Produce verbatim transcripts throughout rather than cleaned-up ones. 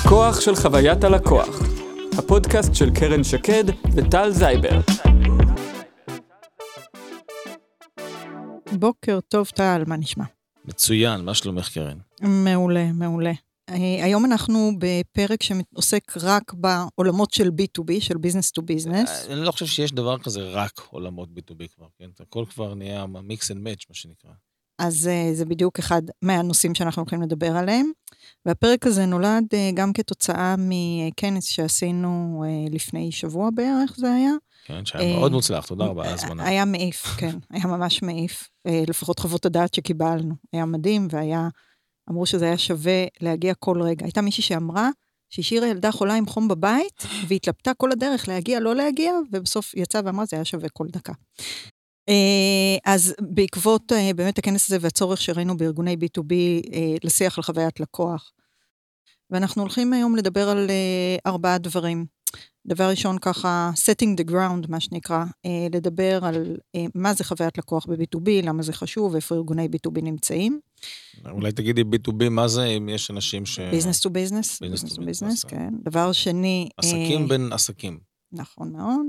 הכוח של חוויית הלקוח, הפודקאסט של קרן שקד וטל זייבר. בוקר טוב טל, מה נשמע? מצוין, מה שלומך קרן? מעולה, מעולה. היום אנחנו בפרק שעוסק רק בעולמות של בי טו בי, של ביזנס טו ביזנס. אני לא חושב שיש דבר כזה רק עולמות בי טו בי כבר, כן? הכל כבר נהיה מיקס אנד מאץ' מה שנקרא. אז זה בדיוק אחד מהנושאים שאנחנו הולכים לדבר עליהם, והפרק הזה נולד גם כתוצאה מכנס שעשינו לפני שבוע בערך, זה היה. כן, שהיה מאוד מוצלח, תודה רבה, ההזמנה. היה מעיף, כן, היה ממש מעיף, לפחות חוות הדעת שקיבלנו, היה מדהים, והיה, אמרו שזה היה שווה להגיע כל רגע. הייתה מישהי שאמרה, שהשאירה ילדה חולה עם חום בבית, והתלבטה כל הדרך להגיע, לא להגיע, ובסוף יצא ואמרה, זה היה שווה כל דקה. אז בעקבות באמת הכנס הזה והצורך שראינו בארגוני בי טו בי לשיח על חוויית לקוח, ואנחנו הולכים היום לדבר על ארבעה דברים. דבר ראשון ככה, setting the ground, מה שנקרא, לדבר על מה זה חוויית לקוח ב-בי טו בי, למה זה חשוב, איפה ארגוני בי טו בי נמצאים. אולי תגידי בי טו בי, מה זה אם יש אנשים ש... business to business, business to business, כן. דבר שני... עסקים בין עסקים. נכון מאוד.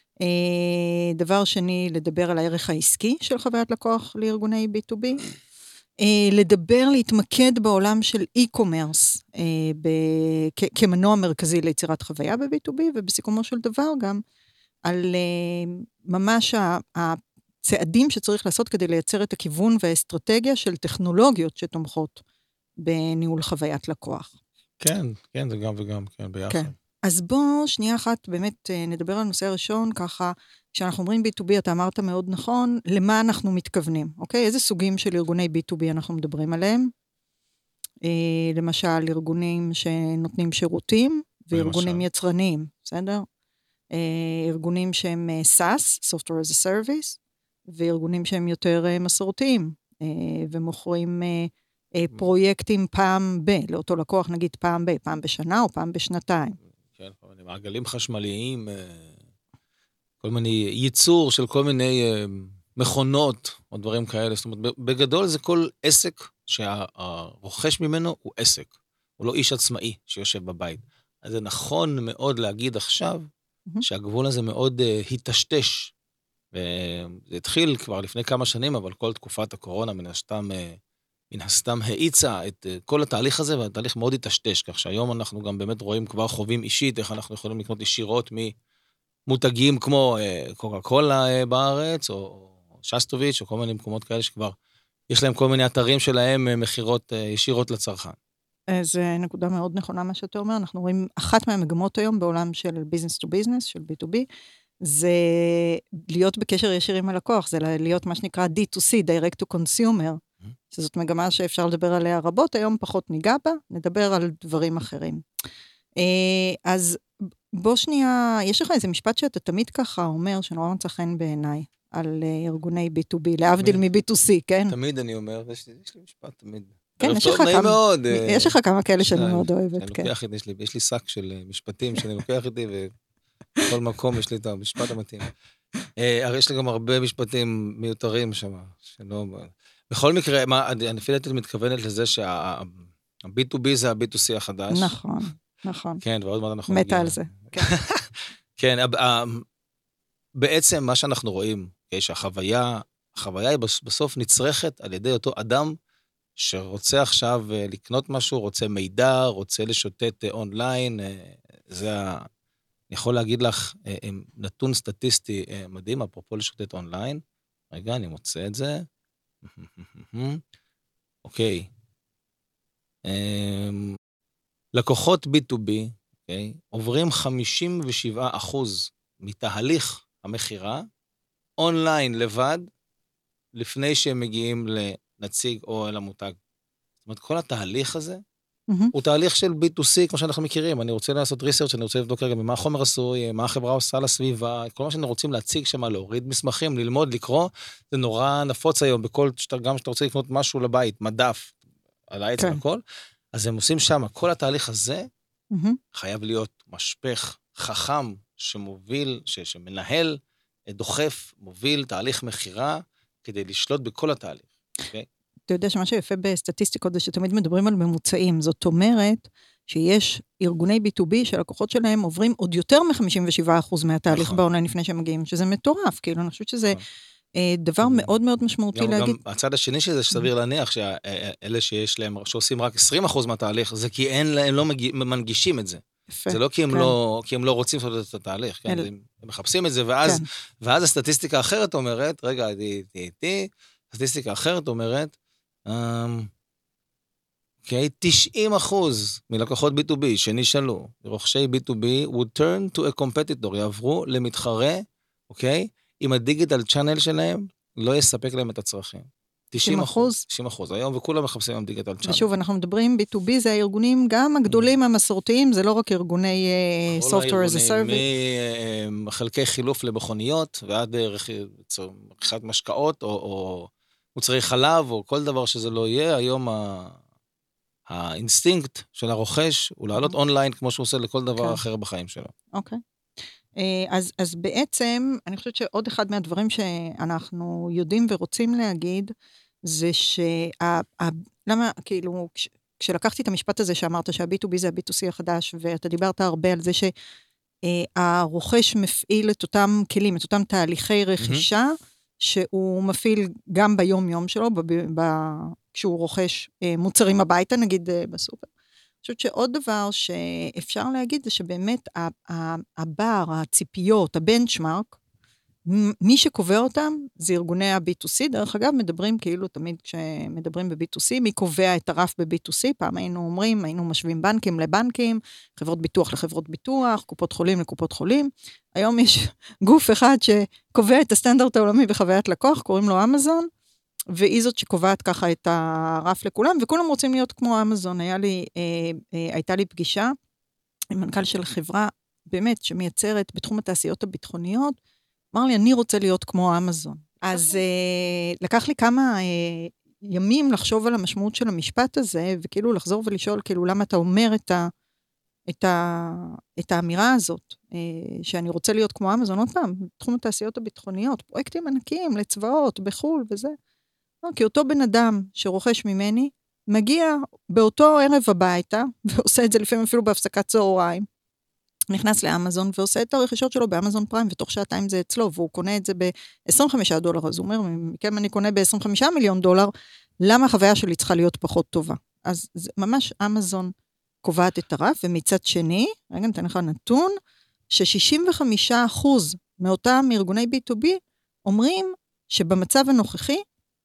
דבר שני, לדבר על הערך העסקי של חוויית לקוח לארגוני בי טו בי. לדבר, להתמקד בעולם של e-commerce, כמנוע מרכזי ליצירת חוויה ב-בי טו בי, ובסיכומו של דבר גם על ממש הצעדים שצריך לעשות כדי לייצר את הכיוון והאסטרטגיה של טכנולוגיות שתומכות בניהול חוויית לקוח. כן, כן, זה גם וגם, כן, ביחד. כן. אז בוא, שנייה אחת, באמת נדבר על הנושא הראשון, ככה, כשאנחנו אומרים בי טו בי, אתה אמרת מאוד נכון, למה אנחנו מתכוונים, אוקיי? איזה סוגים של ארגוני בי טו בי אנחנו מדברים עליהם? אה, למשל, ארגונים שנותנים שירותים, וארגונים למשל. יצרניים, בסדר? אה, ארגונים שהם סאס, Software as a Service, וארגונים שהם יותר אה, מסורתיים, אה, ומוכרים אה, אה, פרויקטים פעם ב, לאותו לקוח נגיד פעם ב, פעם בשנה או פעם בשנתיים. כן, כל מיני מעגלים חשמליים, כל מיני ייצור של כל מיני מכונות או דברים כאלה. זאת אומרת, בגדול זה כל עסק שהרוכש ממנו הוא עסק. הוא לא איש עצמאי שיושב בבית. אז זה נכון מאוד להגיד עכשיו שהגבול הזה מאוד התשתש. וזה התחיל כבר לפני כמה שנים, אבל כל תקופת הקורונה מן הסתם... מן הסתם האיצה את כל התהליך הזה, והתהליך מאוד התשתש, כך שהיום אנחנו גם באמת רואים כבר חווים אישית, איך אנחנו יכולים לקנות ישירות ממותגים כמו קוקה קולה בארץ, או שסטוביץ', או כל מיני מקומות כאלה שכבר יש להם כל מיני אתרים שלהם מחירות ישירות לצרכן. זה נקודה מאוד נכונה מה שאתה אומר, אנחנו רואים אחת מהמגמות היום בעולם של business to business, של בי טו בי, זה להיות בקשר ישיר עם הלקוח, זה להיות מה שנקרא די טו סי, direct to consumer, שזאת מגמה שאפשר לדבר עליה רבות, היום פחות ניגע בה, נדבר על דברים אחרים. אז בוא שנייה, יש לך איזה משפט שאתה תמיד ככה אומר, שנורא מצא חן בעיניי, על ארגוני בי טו בי, להבדיל מ-בי טו סי, כן? תמיד אני אומר, יש לי משפט תמיד. כן, יש לך כמה כאלה שאני מאוד אוהבת, כן. יש לי שק של משפטים שאני לוקח איתי, ובכל מקום יש לי את המשפט המתאים. הרי יש לי גם הרבה משפטים מיותרים שם, שלא... בכל מקרה, מה, אני אפילו את מתכוונת לזה שה-בי טו בי זה ה-בי טו סי החדש. נכון, נכון. כן, ועוד מעט אנחנו מתה על זה. כן, בעצם מה שאנחנו רואים, שהחוויה, החוויה היא בסוף נצרכת על ידי אותו אדם שרוצה עכשיו לקנות משהו, רוצה מידע, רוצה לשוטט אונליין, זה ה... אני יכול להגיד לך, נתון סטטיסטי מדהים, אפרופו לשוטט אונליין, רגע, אני מוצא את זה, אוקיי. לקוחות בי טו בי, אוקיי, עוברים חמישים ושבעה אחוז מתהליך המחירה, אונליין לבד, לפני שהם מגיעים לנציג או אל המותג. זאת אומרת, כל התהליך הזה, הוא תהליך של בי טו סי, כמו שאנחנו מכירים. אני רוצה לעשות ריסרצ', אני רוצה לבדוק רגע ממה החומר עשוי, מה החברה עושה לסביבה, כל מה שאנחנו רוצים להציג שם, להוריד מסמכים, ללמוד, לקרוא, זה נורא נפוץ היום, בכל, גם שאתה רוצה לקנות משהו לבית, מדף, על העץ והכל, אז הם עושים שם, כל התהליך הזה, חייב להיות משפך חכם, שמוביל, שמנהל, דוחף, מוביל תהליך מחירה, כדי לשלוט בכל התהליך. אוקיי? אתה יודע שמה שיפה בסטטיסטיקות זה שתמיד מדברים על ממוצעים, זאת אומרת שיש ארגוני בי טו בי שלקוחות שלהם עוברים עוד יותר מ-חמישים ושבעה אחוז מהתהליך נכון. באונליין לפני שהם מגיעים, שזה מטורף, כאילו, אני חושבת שזה נכון. אה, דבר מאוד מאוד משמעותי גם, להגיד. גם הצד השני שזה שסביר להניח שאלה שיש להם, שעושים רק עשרים אחוז מהתהליך, זה כי אין, הם לא מגיע, מנגישים את זה. יפה, זה לא כי הם, כן. לא, כי הם לא רוצים לעשות את התהליך, כן? אל... הם מחפשים את זה, ואז, כן. ואז הסטטיסטיקה האחרת אומרת, רגע, די, די, די, הסטטיסטיקה האחרת אומרת, אוקיי, תשעים אחוז מלקוחות בי טו בי שנשאלו, רוכשי בי טו בי, would turn to a competitor, יעברו למתחרה, אוקיי? אם הדיגיטל צ'אנל שלהם לא יספק להם את הצרכים. תשעים אחוז. תשעים אחוז. היום וכולם מחפשים עם דיגיטל צ'אנל. ושוב, אנחנו מדברים, בי טו בי זה הארגונים גם הגדולים המסורתיים, זה לא רק ארגוני uh, software as a service. מחלקי חילוף למכוניות, ועד רכישת משקאות, או, או מוצרי חלב, או כל דבר שזה לא יהיה, היום ה... האינסטינקט של הרוכש הוא לעלות אונליין כמו שהוא עושה לכל דבר אחר בחיים שלו. אוקיי. אז, אז בעצם, אני חושבת שעוד אחד מהדברים שאנחנו יודעים ורוצים להגיד, זה שה... למה, כאילו, כש, כשלקחתי את המשפט הזה שאמרת שה-בי טו בי זה ה-בי טו סי החדש, ואתה דיברת הרבה על זה שהרוכש מפעיל את אותם כלים, את אותם תהליכי רכישה, שהוא מפעיל גם ביום יום שלו, ב... ב כשהוא רוכש מוצרים הביתה, נגיד בסופר. אני חושבת שעוד דבר שאפשר להגיד, זה שבאמת הבר, הציפיות, הבנצ'מרק, מי שקובע אותם, זה ארגוני ה-בי טו סי, דרך אגב, מדברים כאילו תמיד כשמדברים ב-בי טו סי, מי קובע את הרף ב-בי טו סי, פעם היינו אומרים, היינו משווים בנקים לבנקים, חברות ביטוח לחברות ביטוח, קופות חולים לקופות חולים, היום יש גוף אחד שקובע את הסטנדרט העולמי בחוויית לקוח, קוראים לו אמזון, והיא זאת שקובעת ככה את הרף לכולם, וכולם רוצים להיות כמו אמזון. היה לי, אה, אה, הייתה לי פגישה עם מנכ"ל של חברה, באמת, שמייצרת בתחום התעשיות הביטחוניות, אמר לי, אני רוצה להיות כמו אמזון. אז אה, לקח לי כמה אה, ימים לחשוב על המשמעות של המשפט הזה, וכאילו לחזור ולשאול, כאילו, למה אתה אומר את, ה, את, ה, את האמירה הזאת, אה, שאני רוצה להיות כמו אמזון, עוד פעם, בתחום התעשיות הביטחוניות, פרויקטים ענקיים לצבאות, בחול וזה. כי אותו בן אדם שרוכש ממני, מגיע באותו ערב הביתה, ועושה את זה לפעמים אפילו בהפסקת צהריים, נכנס לאמזון ועושה את הרכישות שלו באמזון פריים, ותוך שעתיים זה אצלו, והוא קונה את זה ב-עשרים וחמישה דולר, אז הוא אומר, מכם אני קונה ב-עשרים וחמישה מיליון דולר, למה החוויה שלי צריכה להיות פחות טובה? אז זה ממש אמזון קובעת את הרף, ומצד שני, רגע נתן לך נתון, ש-שישים וחמישה אחוז מאותם ארגוני בי טו בי, אומרים שבמצב הנוכחי,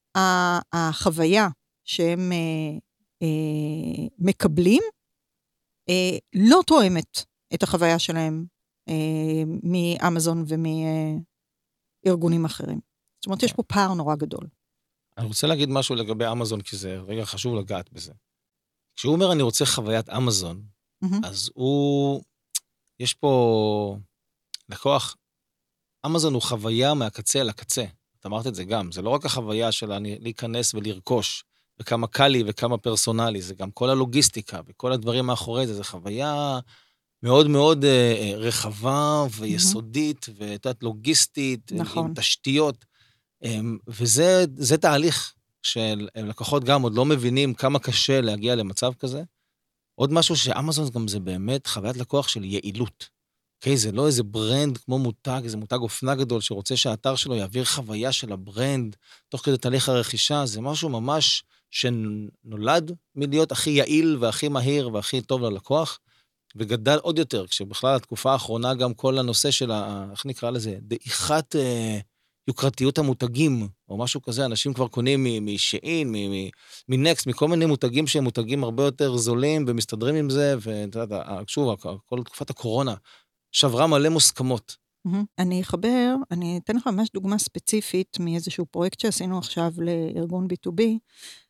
החוויה שהם אה, אה, מקבלים, אה, לא תואמת את החוויה שלהם אה, מאמזון ומארגונים אחרים. זאת אומרת, יש פה פער נורא גדול. אני רוצה להגיד משהו לגבי אמזון, כי זה רגע חשוב לגעת בזה. כשהוא אומר, אני רוצה חוויית אמזון, mm-hmm. אז הוא, יש פה לקוח, אמזון הוא חוויה מהקצה לקצה. את אמרת את זה גם, זה לא רק החוויה של להיכנס ולרכוש, וכמה קלי וכמה פרסונלי, זה גם כל הלוגיסטיקה, וכל הדברים מאחורי זה, זה חוויה מאוד מאוד אה, רחבה ויסודית, mm-hmm. ותת לוגיסטית, נכון. עם תשתיות, אה, וזה זה תהליך של לקוחות גם עוד לא מבינים כמה קשה להגיע למצב כזה. עוד משהו שאמזון גם זה באמת חוויית לקוח של יעילות. אוקיי, זה לא איזה ברנד כמו מותג, איזה מותג אופנה גדול שרוצה שהאתר שלו יעביר חוויה של הברנד, תוך כדי תהליך הרכישה, זה משהו ממש שנולד מלהיות הכי יעיל והכי מהיר והכי טוב ללקוח, וגדל עוד יותר, כשבכלל התקופה האחרונה גם כל הנושא של, ה, איך נקרא לזה, דעיכת אה, יוקרתיות המותגים, או משהו כזה, אנשים כבר קונים משאין, מנקסט, מכל מיני מותגים שהם מותגים הרבה יותר זולים, ומסתדרים עם זה, ואתה יודע, שוב, כל תקופת הקורונה, שברה מלא מוסכמות. אני אחבר, אני אתן לך ממש דוגמה ספציפית מאיזשהו פרויקט שעשינו עכשיו לארגון בי טו בי,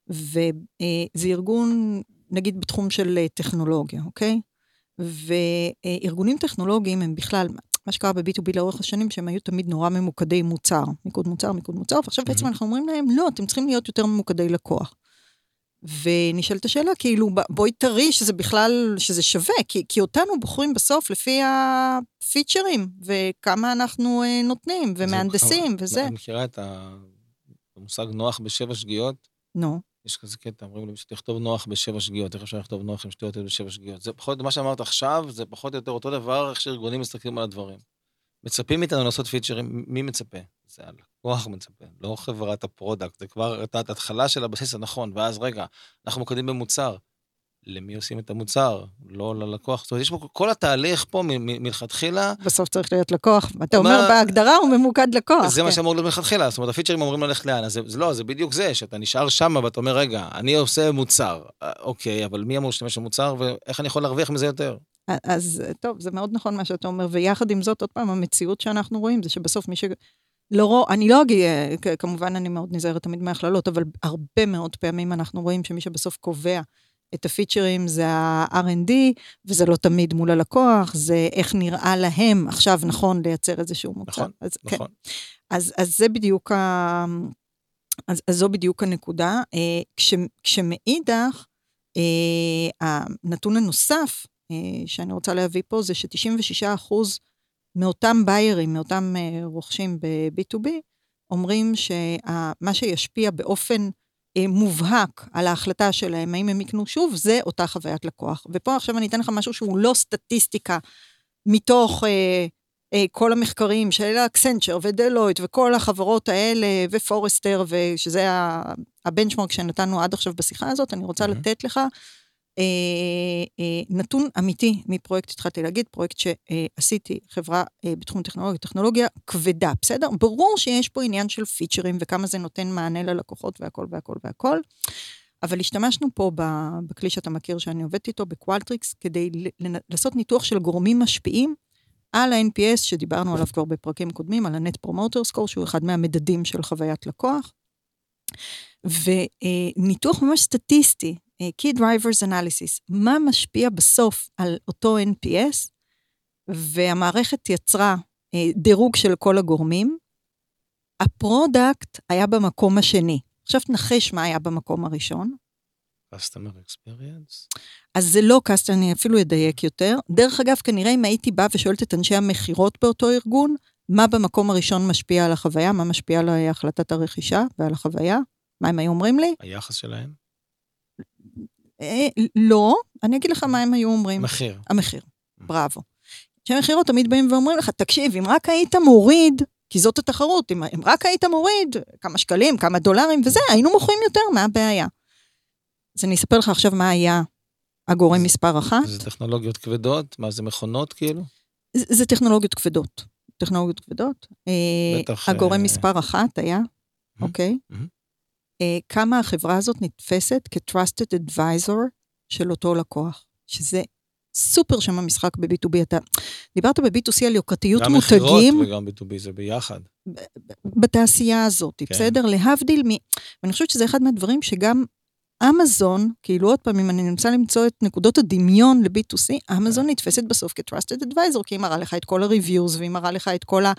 וזה ארגון, נגיד, בתחום של טכנולוגיה, אוקיי? וארגונים טכנולוגיים הם בכלל, מה שקרה ב-בי טו בי לאורך השנים, שהם היו תמיד נורא ממוקדי מוצר, מיקוד מוצר, מיקוד מוצר, ועכשיו בעצם אנחנו אומרים להם, לא, אתם צריכים להיות יותר ממוקדי לקוח. ונשאלת השאלה, כאילו, בואי תראי שזה בכלל, שזה שווה, כי, כי אותנו בוחרים בסוף לפי הפיצ'רים, וכמה אנחנו אה, נותנים, ומהנדסים, וזה. אני מכירה את המושג נוח בשבע שגיאות. נו. יש כזה קטע, אומרים לי, שתכתוב נוח בשבע שגיאות, איך אפשר לכתוב נוח עם שטויות בשבע שגיאות. זה פחות, מה שאמרת עכשיו, זה פחות או יותר אותו דבר, איך שארגונים מסתכלים על הדברים. מצפים איתנו לעשות פיצ'רים, מי מצפה? זה הלקוח מצפה, לא חברת הפרודקט, זה כבר את ההתחלה של הבסיס הנכון, ואז רגע, אנחנו מוקדים במוצר, למי עושים את המוצר? לא ללקוח. זאת אומרת, יש פה כל התהליך פה מלכתחילה. בסוף צריך להיות לקוח. אתה אומר, בהגדרה הוא ממוקד לקוח. זה מה שאמור להיות מלכתחילה. זאת אומרת, הפיצ'רים אומרים ללכת לאן. אז זה לא, זה בדיוק זה, שאתה נשאר שם ואתה אומר, רגע, אני עושה מוצר. אוקיי, אבל מי אמור להשתמש במוצר, ואיך אני יכול להרוויח מזה יותר? אז טוב, זה מאוד נכון מה שאתה אומר, ויחד עם זאת, עוד פעם, המציאות שאנחנו רואים, זה שבסוף מי ש... לא, אני לא אגיע, כמובן אני מאוד נזהרת תמיד מהכללות, אבל הרבה מאוד פעמים אנחנו רואים שמי שבסוף קובע את הפיצ'רים זה ה-אר אנד די, וזה לא תמיד מול הלקוח, זה איך נראה להם עכשיו נכון לייצר איזשהו מוצר. נכון, אז, נכון. כן. אז, אז זה בדיוק, ה... אז, אז זו בדיוק הנקודה. כש, כשמאידך, הנתון הנוסף שאני רוצה להביא פה, זה ש-תשעים ושישה אחוז מאותם ביירים, מאותם רוכשים ב-בי טו בי, אומרים שמה שישפיע באופן מובהק על ההחלטה שלהם, האם הם יקנו שוב, זה אותה חוויית לקוח. ופה עכשיו אני אתן לך משהו שהוא לא סטטיסטיקה, מתוך אה, אה, כל המחקרים של אקסנצ'ר ודלויט, וכל החברות האלה, ופורסטר, ושזה הבנצ'מרק שנתנו עד עכשיו בשיחה הזאת, אני רוצה mm-hmm. לתת לך אה, אה, נתון אמיתי מפרויקט, התחלתי להגיד, פרויקט שעשיתי חברה אה, בתחום טכנולוגיה, טכנולוגיה כבדה, בסדר? ברור שיש פה עניין של פיצ'רים, וכמה זה נותן מענה ללקוחות, והכל והכל והכל, אבל השתמשנו פה בכלי שאתה מכיר שאני עובדת איתו, בקואלטריקס, כדי לעשות ניתוח של גורמים משפיעים, על ה-אן פי אס שדיברנו עליו כבר בפרקים קודמים, על ה-Net Promoter Score, שהוא אחד מהמדדים של חוויית לקוח, וניתוח ממש סטטיסטי, Key Drivers Analysis, מה משפיע בסוף על אותו אן פי אס, והמערכת יצרה דירוג של כל הגורמים, הפרודקט היה במקום השני. עכשיו תנחש מה היה במקום הראשון. Customer Experience. אז זה לא Customer, אני אפילו אדייק יותר. דרך אגב, כנראה אם הייתי באה ושואלת את אנשי המחירות באותו ארגון, מה במקום הראשון משפיע על החוויה, מה משפיע על החלטת הרכישה ועל החוויה, מה הם היו אומרים לי? היחס שלהם? אה, לא, אני אגיד לך מה הם היו אומרים. מחיר. המחיר, בראבו. שהמחירות תמיד באים ואומרים לך, תקשיב, אם רק היית מוריד, כי זאת התחרות, אם, אם רק היית מוריד כמה שקלים, כמה דולרים וזה, היינו מוכרים יותר, מה הבעיה? אז אני אספר לך עכשיו מה היה הגורם מספר אחת. זה טכנולוגיות כבדות? מה, זה מכונות כאילו? זה, זה טכנולוגיות כבדות. טכנולוגיות כבדות. בטח. הגורם מספר אחת היה, אוקיי? כמה החברה הזאת נתפסת כ-trusted advisor של אותו לקוח, שזה סופר שם המשחק ב-בי טו בי. אתה דיברת ב-בי טו סי על יוקרתיות מותגים. גם מחירות וגם בי טו בי זה ביחד. בתעשייה הזאת, בסדר? להבדיל מ... ואני חושבת שזה אחד מהדברים שגם אמזון, כאילו עוד פעם, אם אני נמצא למצוא את נקודות הדמיון ל-בי טו סי, אמזון נתפסת בסוף כ-trusted advisor, כי היא מראה לך את כל ה-reviews, והיא מראה לך את כל ה...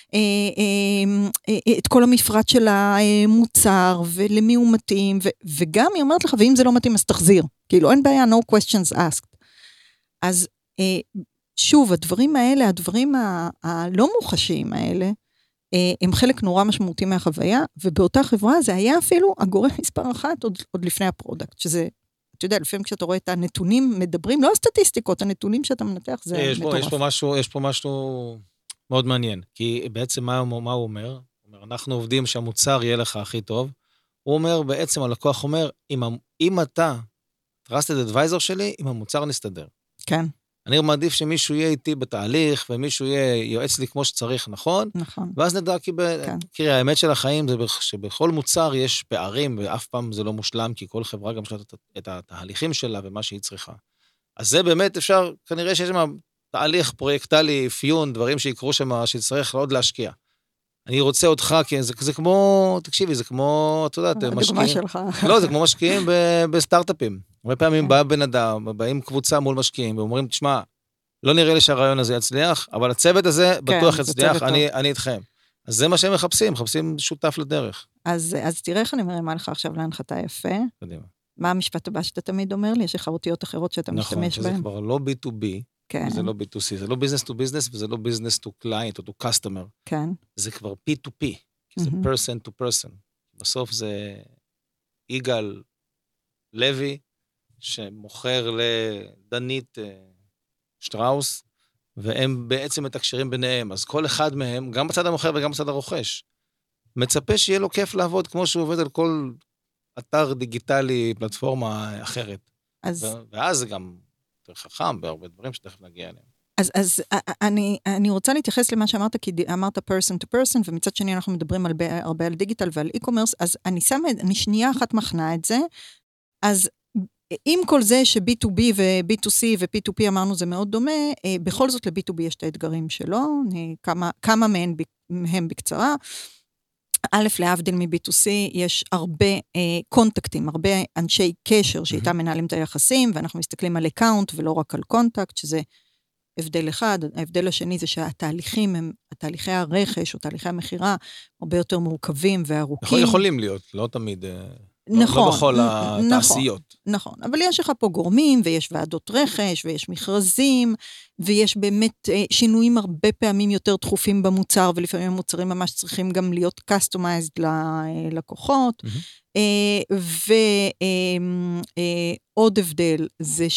את כל המפרט של המוצר, ולמי הוא מתאים, וגם היא אומרת לך, ואם זה לא מתאים, אז תחזיר. כאילו, אין בעיה, no questions asked. אז שוב, הדברים האלה, הדברים הלא מוחשיים האלה, הם חלק נורא משמעותי מהחוויה, ובאותה חברה זה היה אפילו הגורם מספר אחת עוד, עוד לפני הפרודקט, שזה, אתה יודע, לפעמים כשאתה רואה את הנתונים מדברים, לא הסטטיסטיקות, הנתונים שאתה מנתח זה יש מטורף. פה, יש פה משהו, יש פה משהו מאוד מעניין, כי בעצם מה, מה הוא אומר? הוא אומר, אנחנו עובדים שהמוצר יהיה לך הכי טוב, הוא אומר, בעצם הלקוח אומר, אם, אם אתה trusted advisor שלי, אם המוצר נסתדר. כן. אני מעדיף שמישהו יהיה איתי בתהליך, ומישהו יהיה יועץ לי כמו שצריך, נכון? נכון. ואז נדע, כי, ב... כן. כי האמת של החיים זה שבכל מוצר יש פערים, ואף פעם זה לא מושלם, כי כל חברה גם שלה את התהליכים שלה ומה שהיא צריכה. אז זה באמת אפשר, כנראה שיש שם תהליך פרויקטלי, פיון, דברים שיקרו שם, שצריך עוד להשקיע. אני רוצה אותך, כי זה, זה כמו, תקשיבי, זה כמו, אתה יודעת, משקיעים. הדוגמה שלך. לא, זה כמו משקיעים ב, בסטארט-אפים. הרבה פעמים בא בן אדם, באים קבוצה מול משקיעים, ואומרים, תשמע, לא נראה לי שהרעיון הזה יצליח, אבל הצוות הזה בטוח יצליח, אני, אני איתכם. אז זה מה שהם מחפשים, מחפשים שותף לדרך. אז, אז תראה איך אני מרימה לך עכשיו להנחתה יפה. קדימה. מה המשפט הבא שאתה תמיד אומר לי? יש לך אותיות אחרות שאתה נכון, משתמש בהן. נכון, שזה כבר לא בי טו בי, כן. זה לא בי טו סי, זה לא business to business, וזה לא business to client או to customer. כן. זה כבר פי טו פי, כי זה person to person. בסוף זה יגאל לוי, שמוכר לדנית שטראוס, והם בעצם מתקשרים ביניהם, אז כל אחד מהם, גם בצד המוכר וגם בצד הרוכש, מצפה שיהיה לו כיף לעבוד כמו שהוא עובד על כל אתר דיגיטלי, פלטפורמה אחרת. אז... ואז זה גם יותר חכם בהרבה דברים שתכף נגיע אליהם. אז, אז אני, אני רוצה להתייחס למה שאמרת, כי אמרת person to person, ומצד שני אנחנו מדברים הרבה, הרבה על דיגיטל ועל e-commerce, אז אני שמה, אני שנייה אחת מכנה את זה, אז עם כל זה ש-בי טו בי ו-בי טו סי ו-פי טו פי אמרנו זה מאוד דומה, בכל זאת ל-בי טו בי יש את האתגרים שלו, כמה, כמה מהם, מהם בקצרה, א', להבדיל מ-בי טו סי, יש הרבה אה, קונטקטים, הרבה אנשי קשר שאיתם מנהלים את היחסים, ואנחנו מסתכלים על אקאונט ולא רק על קונטקט, שזה הבדל אחד. ההבדל השני זה שהתהליכים הם, התהליכי הרכש או תהליכי המחירה, הרבה יותר מורכבים וארוכים. יכולים להיות, לא תמיד... נכון, לא בכל התעשיות. נכון, אבל יש לך פה גורמים, ויש ועדות רכש, ויש מכרזים, ויש באמת שינויים הרבה פעמים יותר דחופים במוצר, ולפעמים המוצרים ממש צריכים גם להיות customized ללקוחות. ועוד הבדל זה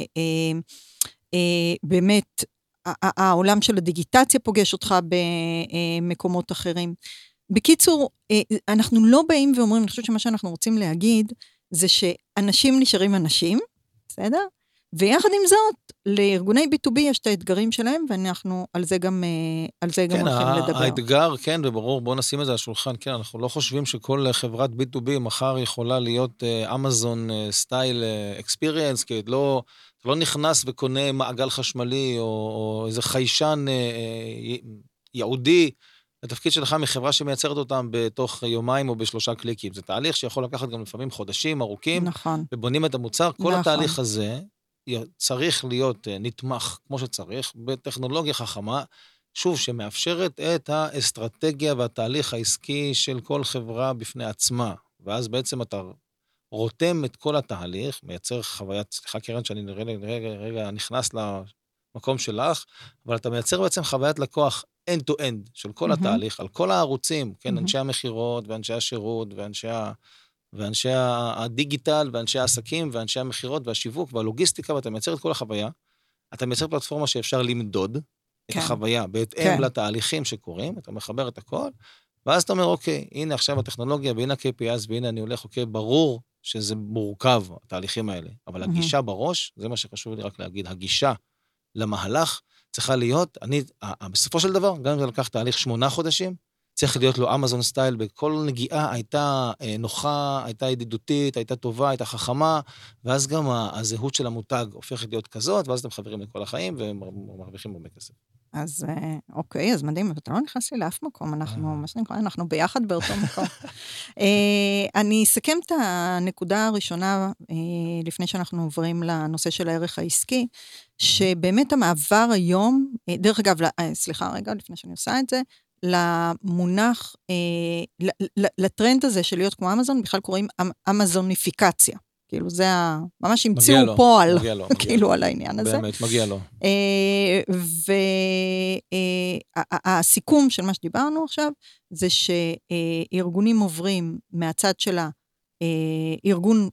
שבאמת העולם של הדיגיטציה פוגש אותך במקומות אחרים. בקיצור, אנחנו לא באים ואומרים, אני חושבת שמה שאנחנו רוצים להגיד, זה שאנשים נשארים אנשים, בסדר? ויחד עם זאת, לארגוני בי טו בי יש את האתגרים שלהם, ואנחנו על זה גם, על זה גם הולכים לדבר. האתגר, כן, וברור, בואו נשים את זה על השולחן, כן, אנחנו לא חושבים שכל חברת בי טו בי מחר יכולה להיות אמזון סטייל אקספיריאנס, כי לא, לא נכנס וקונה מעגל חשמלי, או, או איזה חיישן יהודי, התפקיד שלך מחברה שמייצרת אותם בתוך יומיים או בשלושה קליקים. זה תהליך שיכול לקחת גם לפעמים חודשים ארוכים, נכון. ובונים את המוצר. כל נכון. התהליך הזה צריך להיות נתמך כמו שצריך, בטכנולוגיה חכמה, שוב, שמאפשרת את האסטרטגיה והתהליך העסקי של כל חברה בפני עצמה. ואז בעצם אתה רותם את כל התהליך, מייצר חוויית, סליחה קרן שאני נראה, נראה, רגע נכנס למקום שלך, אבל אתה מייצר בעצם חוויית לקוח end to end של כל mm-hmm. התהליך, על כל הערוצים, כן, mm-hmm. אנשי המחירות ואנשי השירות ואנשי, ה... ואנשי הדיגיטל ואנשי העסקים ואנשי המחירות והשיווק והלוגיסטיקה, ואתה מייצר את כל החוויה, אתה מייצר פלטפורמה שאפשר למדוד כן. את החוויה בהתאם כן. לתהליכים שקורים, אתה מחבר את הכל, ואז אתה אומר, אוקיי, הנה עכשיו הטכנולוגיה, והנה ה-קיי פי איז, והנה אני הולך, אוקיי, ברור שזה מורכב, התהליכים האלה, אבל mm-hmm. הגישה בראש, זה מה שחשוב לי רק להגיד, הגישה למהלך, צריכה להיות, אני, בסופו של דבר, גם אם זה לקח תהליך שמונה חודשים, צריך להיות לו אמזון סטייל, בכל נגיעה הייתה נוחה, הייתה ידידותית, הייתה טובה, הייתה חכמה, ואז גם הזהות של המותג הופכת להיות כזאת, ואז אתם חברים לכל החיים, ומרוויחים הרבה כסף. אז אוקיי, אז מדהים, אתה לא נכנס לי לאף מקום, אנחנו, מה שנקרא, אנחנו ביחד באותו מקום. אני אסכם את הנקודה הראשונה, לפני שאנחנו עוברים לנושא של הערך העסקי, שבאמת המעבר היום, דרך אגב, סליחה רגע, לפני שאני עושה את זה, למונח, לטרנד הזה של להיות כמו אמזון, בכלל קוראים אמזוניפיקציה. כאילו זה ממש המציאו פועל, כאילו על העניין הזה. באמת, מגיע לו. והסיכום של מה שדיברנו עכשיו, זה שארגונים עוברים מהצד של הארגון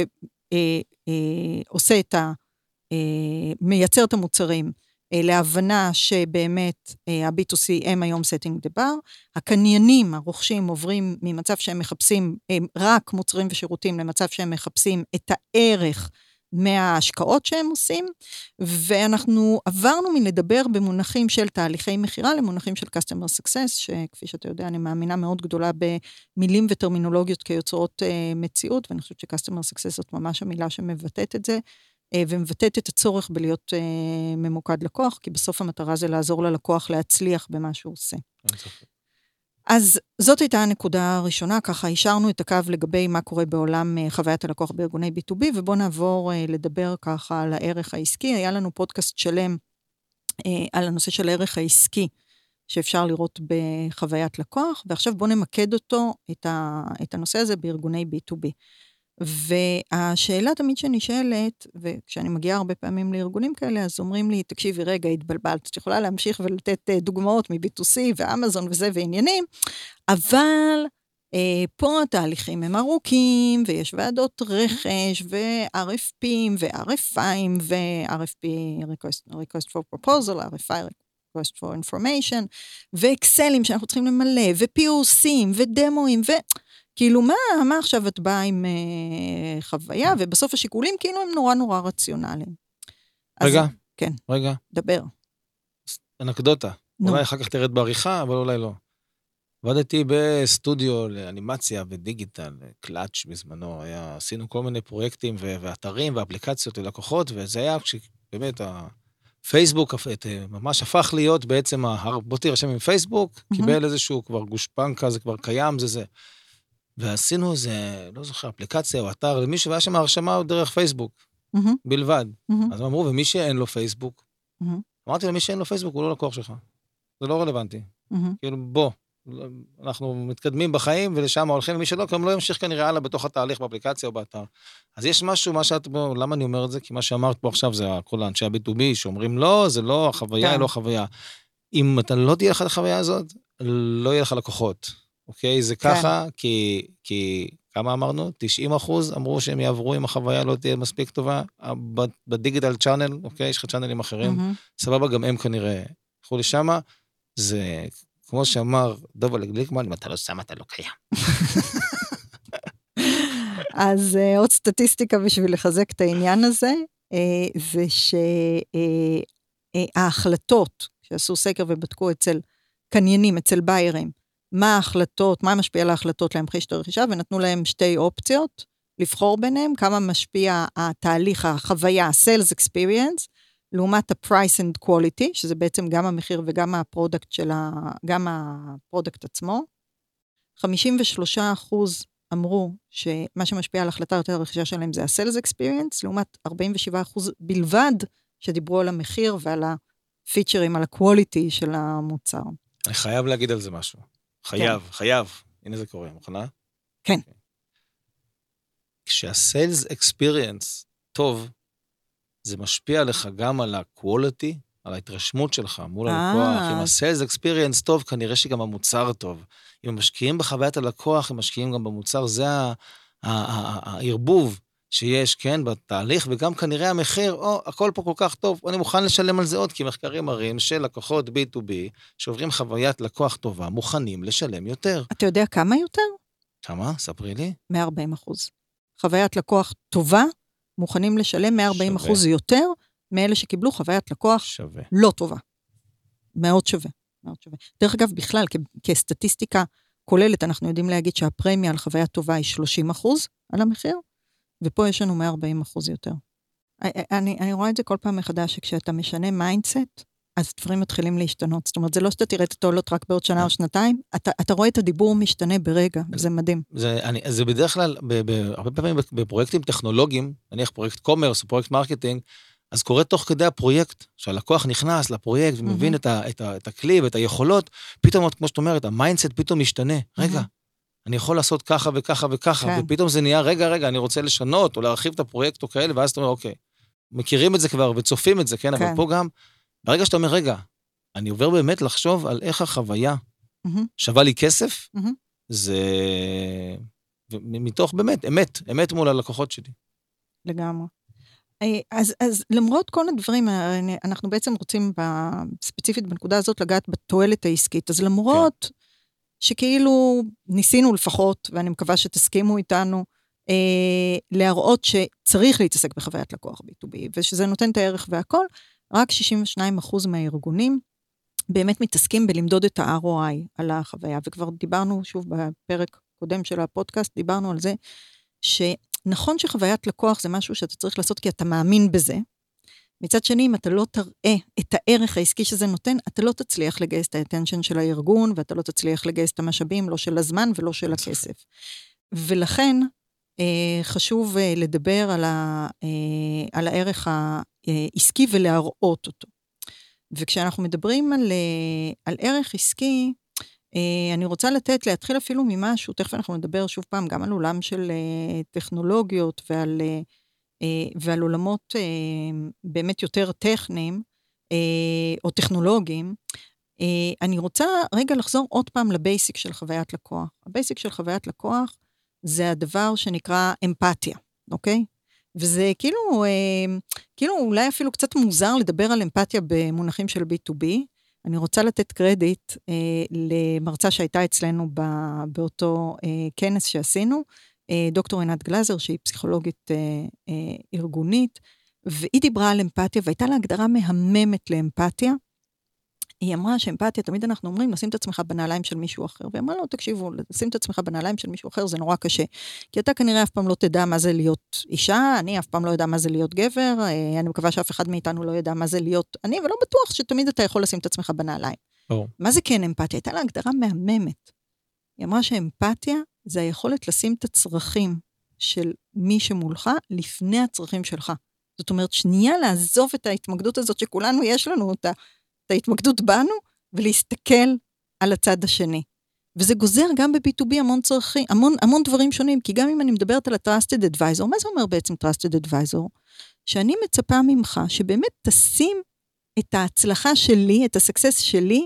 שעושה את ה... מייצר את המוצרים, להבנה שבאמת ה-בי טו סי הם היום setting the bar, הקניינים, הרוכשים עוברים ממצב שהם מחפשים רק מוצרים ושירותים, למצב שהם מחפשים את הערך מההשקעות שהם עושים, ואנחנו עברנו מלדבר במונחים של תהליכי מחירה, למונחים של customer success, שכפי שאתה יודע, אני מאמינה מאוד גדולה במילים וטרמינולוגיות כיוצרות מציאות, ואני חושבת ש-customer success זאת ממש המילה שמבטאת את זה, ומבטאת את הצורך בלהיות אה, ממוקד לקוח, כי בסוף המטרה זה לעזור ללקוח להצליח במה שהוא עושה. אז זאת הייתה הנקודה הראשונה, ככה השארנו את הקו לגבי מה קורה בעולם אה, חוויית הלקוח בארגוני בי טו בי, ובואו נעבור אה, לדבר ככה על הערך העסקי. היה לנו פודקאסט שלם אה, על הנושא של הערך העסקי, שאפשר לראות בחוויית לקוח, ועכשיו בואו נמקד אותו, את, ה, את הנושא הזה בארגוני בי טו בי. והשאלה תמיד שנשאלת, וכשאני מגיעה הרבה פעמים לארגונים כאלה, אז אומרים לי, תקשיבי רגע, התבלבלת, את יכולה להמשיך ולתת דוגמאות מ-בי טו סי ואמזון וזה ועניינים, אבל פה התהליכים הם ארוכים, ויש ועדות רכש, ו-אר אף פי'ים, ו-אר אף אי'ים, ו-אר אף פי, request for proposal, אר אף איי, request for information, ואקסלים שאנחנו צריכים למלא, ו-פי או סי'ים, ודמואים, וכאילו מה, מה עכשיו את באה עם uh, חוויה, ובסוף השיקולים כאילו הם נורא נורא רציונליים. רגע, אז, כן, רגע. דבר. אנקדוטה. נו. אולי אחר כך תרד בעריכה, אבל אולי לא. עבדתי בסטודיו לאנימציה ודיגיטל, קלאץ' בזמנו, היה, עשינו כל מיני פרויקטים ו- ואתרים ואפליקציות ללקוחות, וזה היה כשבאמת הפייסבוק ממש הפך להיות בעצם, בוא תירשם עם פייסבוק, mm-hmm. קיבל איזשהו כבר גושפנקה, זה כבר קיים, זה זה. ועשינו איזה, לא זוכר, אפליקציה או אתר, למישהו והיה שם הרשמה דרך פייסבוק, mm-hmm. בלבד. Mm-hmm. אז הם אמרו, ומי שאין לו פייסבוק, mm-hmm. אמרתי לו, מי שאין לו פייסבוק הוא לא לקוח שלך. זה לא רלוונטי. Mm-hmm. כאילו, בוא. אנחנו מתקדמים בחיים ולשם הולכים, ומי שלא, כלום לא ימשיך כנראה הלאה בתוך התהליך באפליקציה או באתר. אז יש משהו, מה שאת בו, למה אני אומר את זה? כי מה שאמרת פה עכשיו זה כל האנשי ה-בי טו בי שאומרים לא, זה לא, החוויה היא לא חוויה. אם אתה לא תהיה לך את החוויה הזאת, לא יהיה לך לקוחות. אוקיי? זה ככה, כי, כי כמה אמרנו? תשעים אחוז אמרו שהם יעברו אם החוויה לא תהיה מספיק טובה. בדיגיטל צ'אנל, אוקיי? יש לך צ'אנלים אחרים. סבבה, גם הם כנראה ילכו לשם. זה כמו שאמר דובל גליקמן, אם אתה לא שם, אתה לא קיים. אז עוד סטטיסטיקה בשביל לחזק את העניין הזה, זה שההחלטות, שעשו סקר ובדקו אצל קניינים, אצל ביירים, מה ההחלטות, מה משפיע על ההחלטות להמחיש את הרכישה, ונתנו להם שתי אופציות, לבחור ביניהם, כמה משפיע התהליך, החוויה, sales experience, לעומת ה-price and quality, שזה בעצם גם המחיר וגם הפרודקט של ה... גם הפרודקט עצמו. חמישים ושלושה אחוז אמרו שמה שמשפיע על החלטה יותר הרכישה שלהם זה ה-sales experience, לעומת ארבעים ושבעה אחוז בלבד שדיברו על המחיר ועל הפיצ'רים, על ה-quality של המוצר. אני חייב להגיד על זה משהו. חייב, כן. חייב. הנה זה קורה, מוכנה? כן. כשה-sales experience טוב, זה משפיע לך גם על ה-quality, על ההתרשמות שלך מול הלקוח. אם ה-sales experience טוב, כנראה שגם המוצר טוב. אם הם משקיעים בחוויית הלקוח, הם משקיעים גם במוצר, זה הערבוב שיש, כן, בתהליך, וגם כנראה המחיר, או, הכל פה כל כך טוב, אני מוכן לשלם על זה עוד, כי מחקרים מראים שלקוחות בי טו בי, שעוברים חוויית לקוח טובה, מוכנים לשלם יותר. אתה יודע כמה יותר? כמה? ספרי לי. מאה וארבעים אחוז. חוויית לקוח טובה, מוכנים לשלם מאה וארבעים אחוז יותר, מאלה שקיבלו חוויית לקוח שווה. לא טובה. מאוד שווה. מאוד שווה. דרך אגב, בכלל, כ- כסטטיסטיקה כוללת, אנחנו יודעים להגיד שהפרמיה על חוויה טובה היא שלושים אחוז על המחיר, ופה יש לנו מאה וארבעים אחוז יותר. אני, אני רואה את זה כל פעם מחדש, שכשאתה משנה מיינדסט, אז דברים מתחילים להשתנות. זאת אומרת, זה לא שאתה תראה את התועלות רק בעוד שנה או שנתיים, אתה, אתה רואה את הדיבור משתנה ברגע, וזה מדהים. זה, אני, זה בדרך כלל, ב, ב, הרבה פעמים בפרויקטים טכנולוגיים, נניח פרויקט קומרס או פרויקט מרקטינג, אז קורה תוך כדי הפרויקט, שהלקוח נכנס לפרויקט ומבין mm-hmm. את, ה, את, ה, את הכלי ואת היכולות, פתאום, כמו שאת אומרת, המיינדסט פתאום משתנה. רגע, mm-hmm. אני יכול לעשות ככה וככה וככה, כן. ופתאום זה נהיה, רגע, רגע, אני רוצה לשנות או להרחיב את הפרויקט או כאלה, ואז אתה אומר, אוקיי, מכירים את זה כבר וצופים את זה, כן, כן. אבל פה גם, ברגע שאתה אומר, רגע, אני עובר באמת לחשוב על איך החוויה mm-hmm. שווה לי כסף, mm-hmm. זה מתוך באמת, אמת, אמת מול הלקוחות שלי. לגמרי. אז, אז למרות כל הדברים, אנחנו בעצם רוצים ספציפית בנקודה הזאת לגעת בתועלת העסקית, אז למרות כן. שכאילו ניסינו לפחות, ואני מקווה שתסכימו איתנו, אה, להראות שצריך להתעסק בחוויית לקוח בי טו בי, ושזה נותן את הערך והכל, רק שישים ושניים אחוז מהארגונים באמת מתעסקים בלמדוד את ה-אר או איי על החוויה, וכבר דיברנו שוב בפרק קודם של הפודקאסט, דיברנו על זה, שנכון שחוויית לקוח זה משהו שאתה צריך לעשות כי אתה מאמין בזה, מצד שני, אם אתה לא תראה את הערך העסקי שזה נותן, אתה לא תצליח לגייס את האטנשן של הארגון, ואתה לא תצליח לגייס את המשאבים, לא של הזמן ולא של הכסף. ולכן, חשוב לדבר על, ה, על הערך העסקי ולהראות אותו. וכשאנחנו מדברים על, על ערך עסקי, אני רוצה לתת, להתחיל אפילו ממשהו, תכף אנחנו נדבר שוב פעם גם על עולם של טכנולוגיות ועל, ועל עולמות באמת יותר טכניים או טכנולוגיים, אני רוצה רגע לחזור עוד פעם לבייסיק של חוויית לקוח. הבייסיק של חוויית לקוח זה הדבר שנקרא אמפתיה, אוקיי? וזה כאילו, כאילו אולי אפילו קצת מוזר לדבר על אמפתיה במונחים של בי טו בי. אני רוצה לתת קרדיט למרצה שהייתה אצלנו באותו כנס שעשינו, דוקטור עינת גלזר, שהיא פסיכולוגית ארגונית, והיא דיברה על אמפתיה, והייתה לה הגדרה מהממת לאמפתיה. היא אמרה שאמפתיה, תמיד אנחנו אומרים, לשים את עצמך בנעליים של מישהו אחר, והיא אמרה לו, תקשיבו, לשים את עצמך בנעליים של מישהו אחר, זה נורא קשה, כי אתה כנראה אף פעם לא תדע מה זה להיות אישה, אני אף פעם לא יודע מה זה להיות גבר, אני מקווה שאף אחד מאיתנו לא ידע מה זה להיות אני, ולא בטוח שתמיד אתה יכול לשים את עצמך בנעליים. או. מה זה כן אמפתיה? הייתה לה הגדרה מהממת. היא אמרה שאמפתיה זה היכולת לשים את הצרכים של מי שמולך לפני הצרכים שלך. זאת אומרת, שנייה לעזוב את ההתמקדות הזאת שכולנו יש לנו אותה, את ההתמקדות בנו, ולהסתכל על הצד השני. וזה גוזר גם ב-בי טו בי המון צרכים, המון, המון דברים שונים, כי גם אם אני מדברת על ה-Trusted Advisor, מה זה אומר בעצם Trusted Advisor? שאני מצפה ממך שבאמת תשים את ההצלחה שלי, את הסקסס שלי,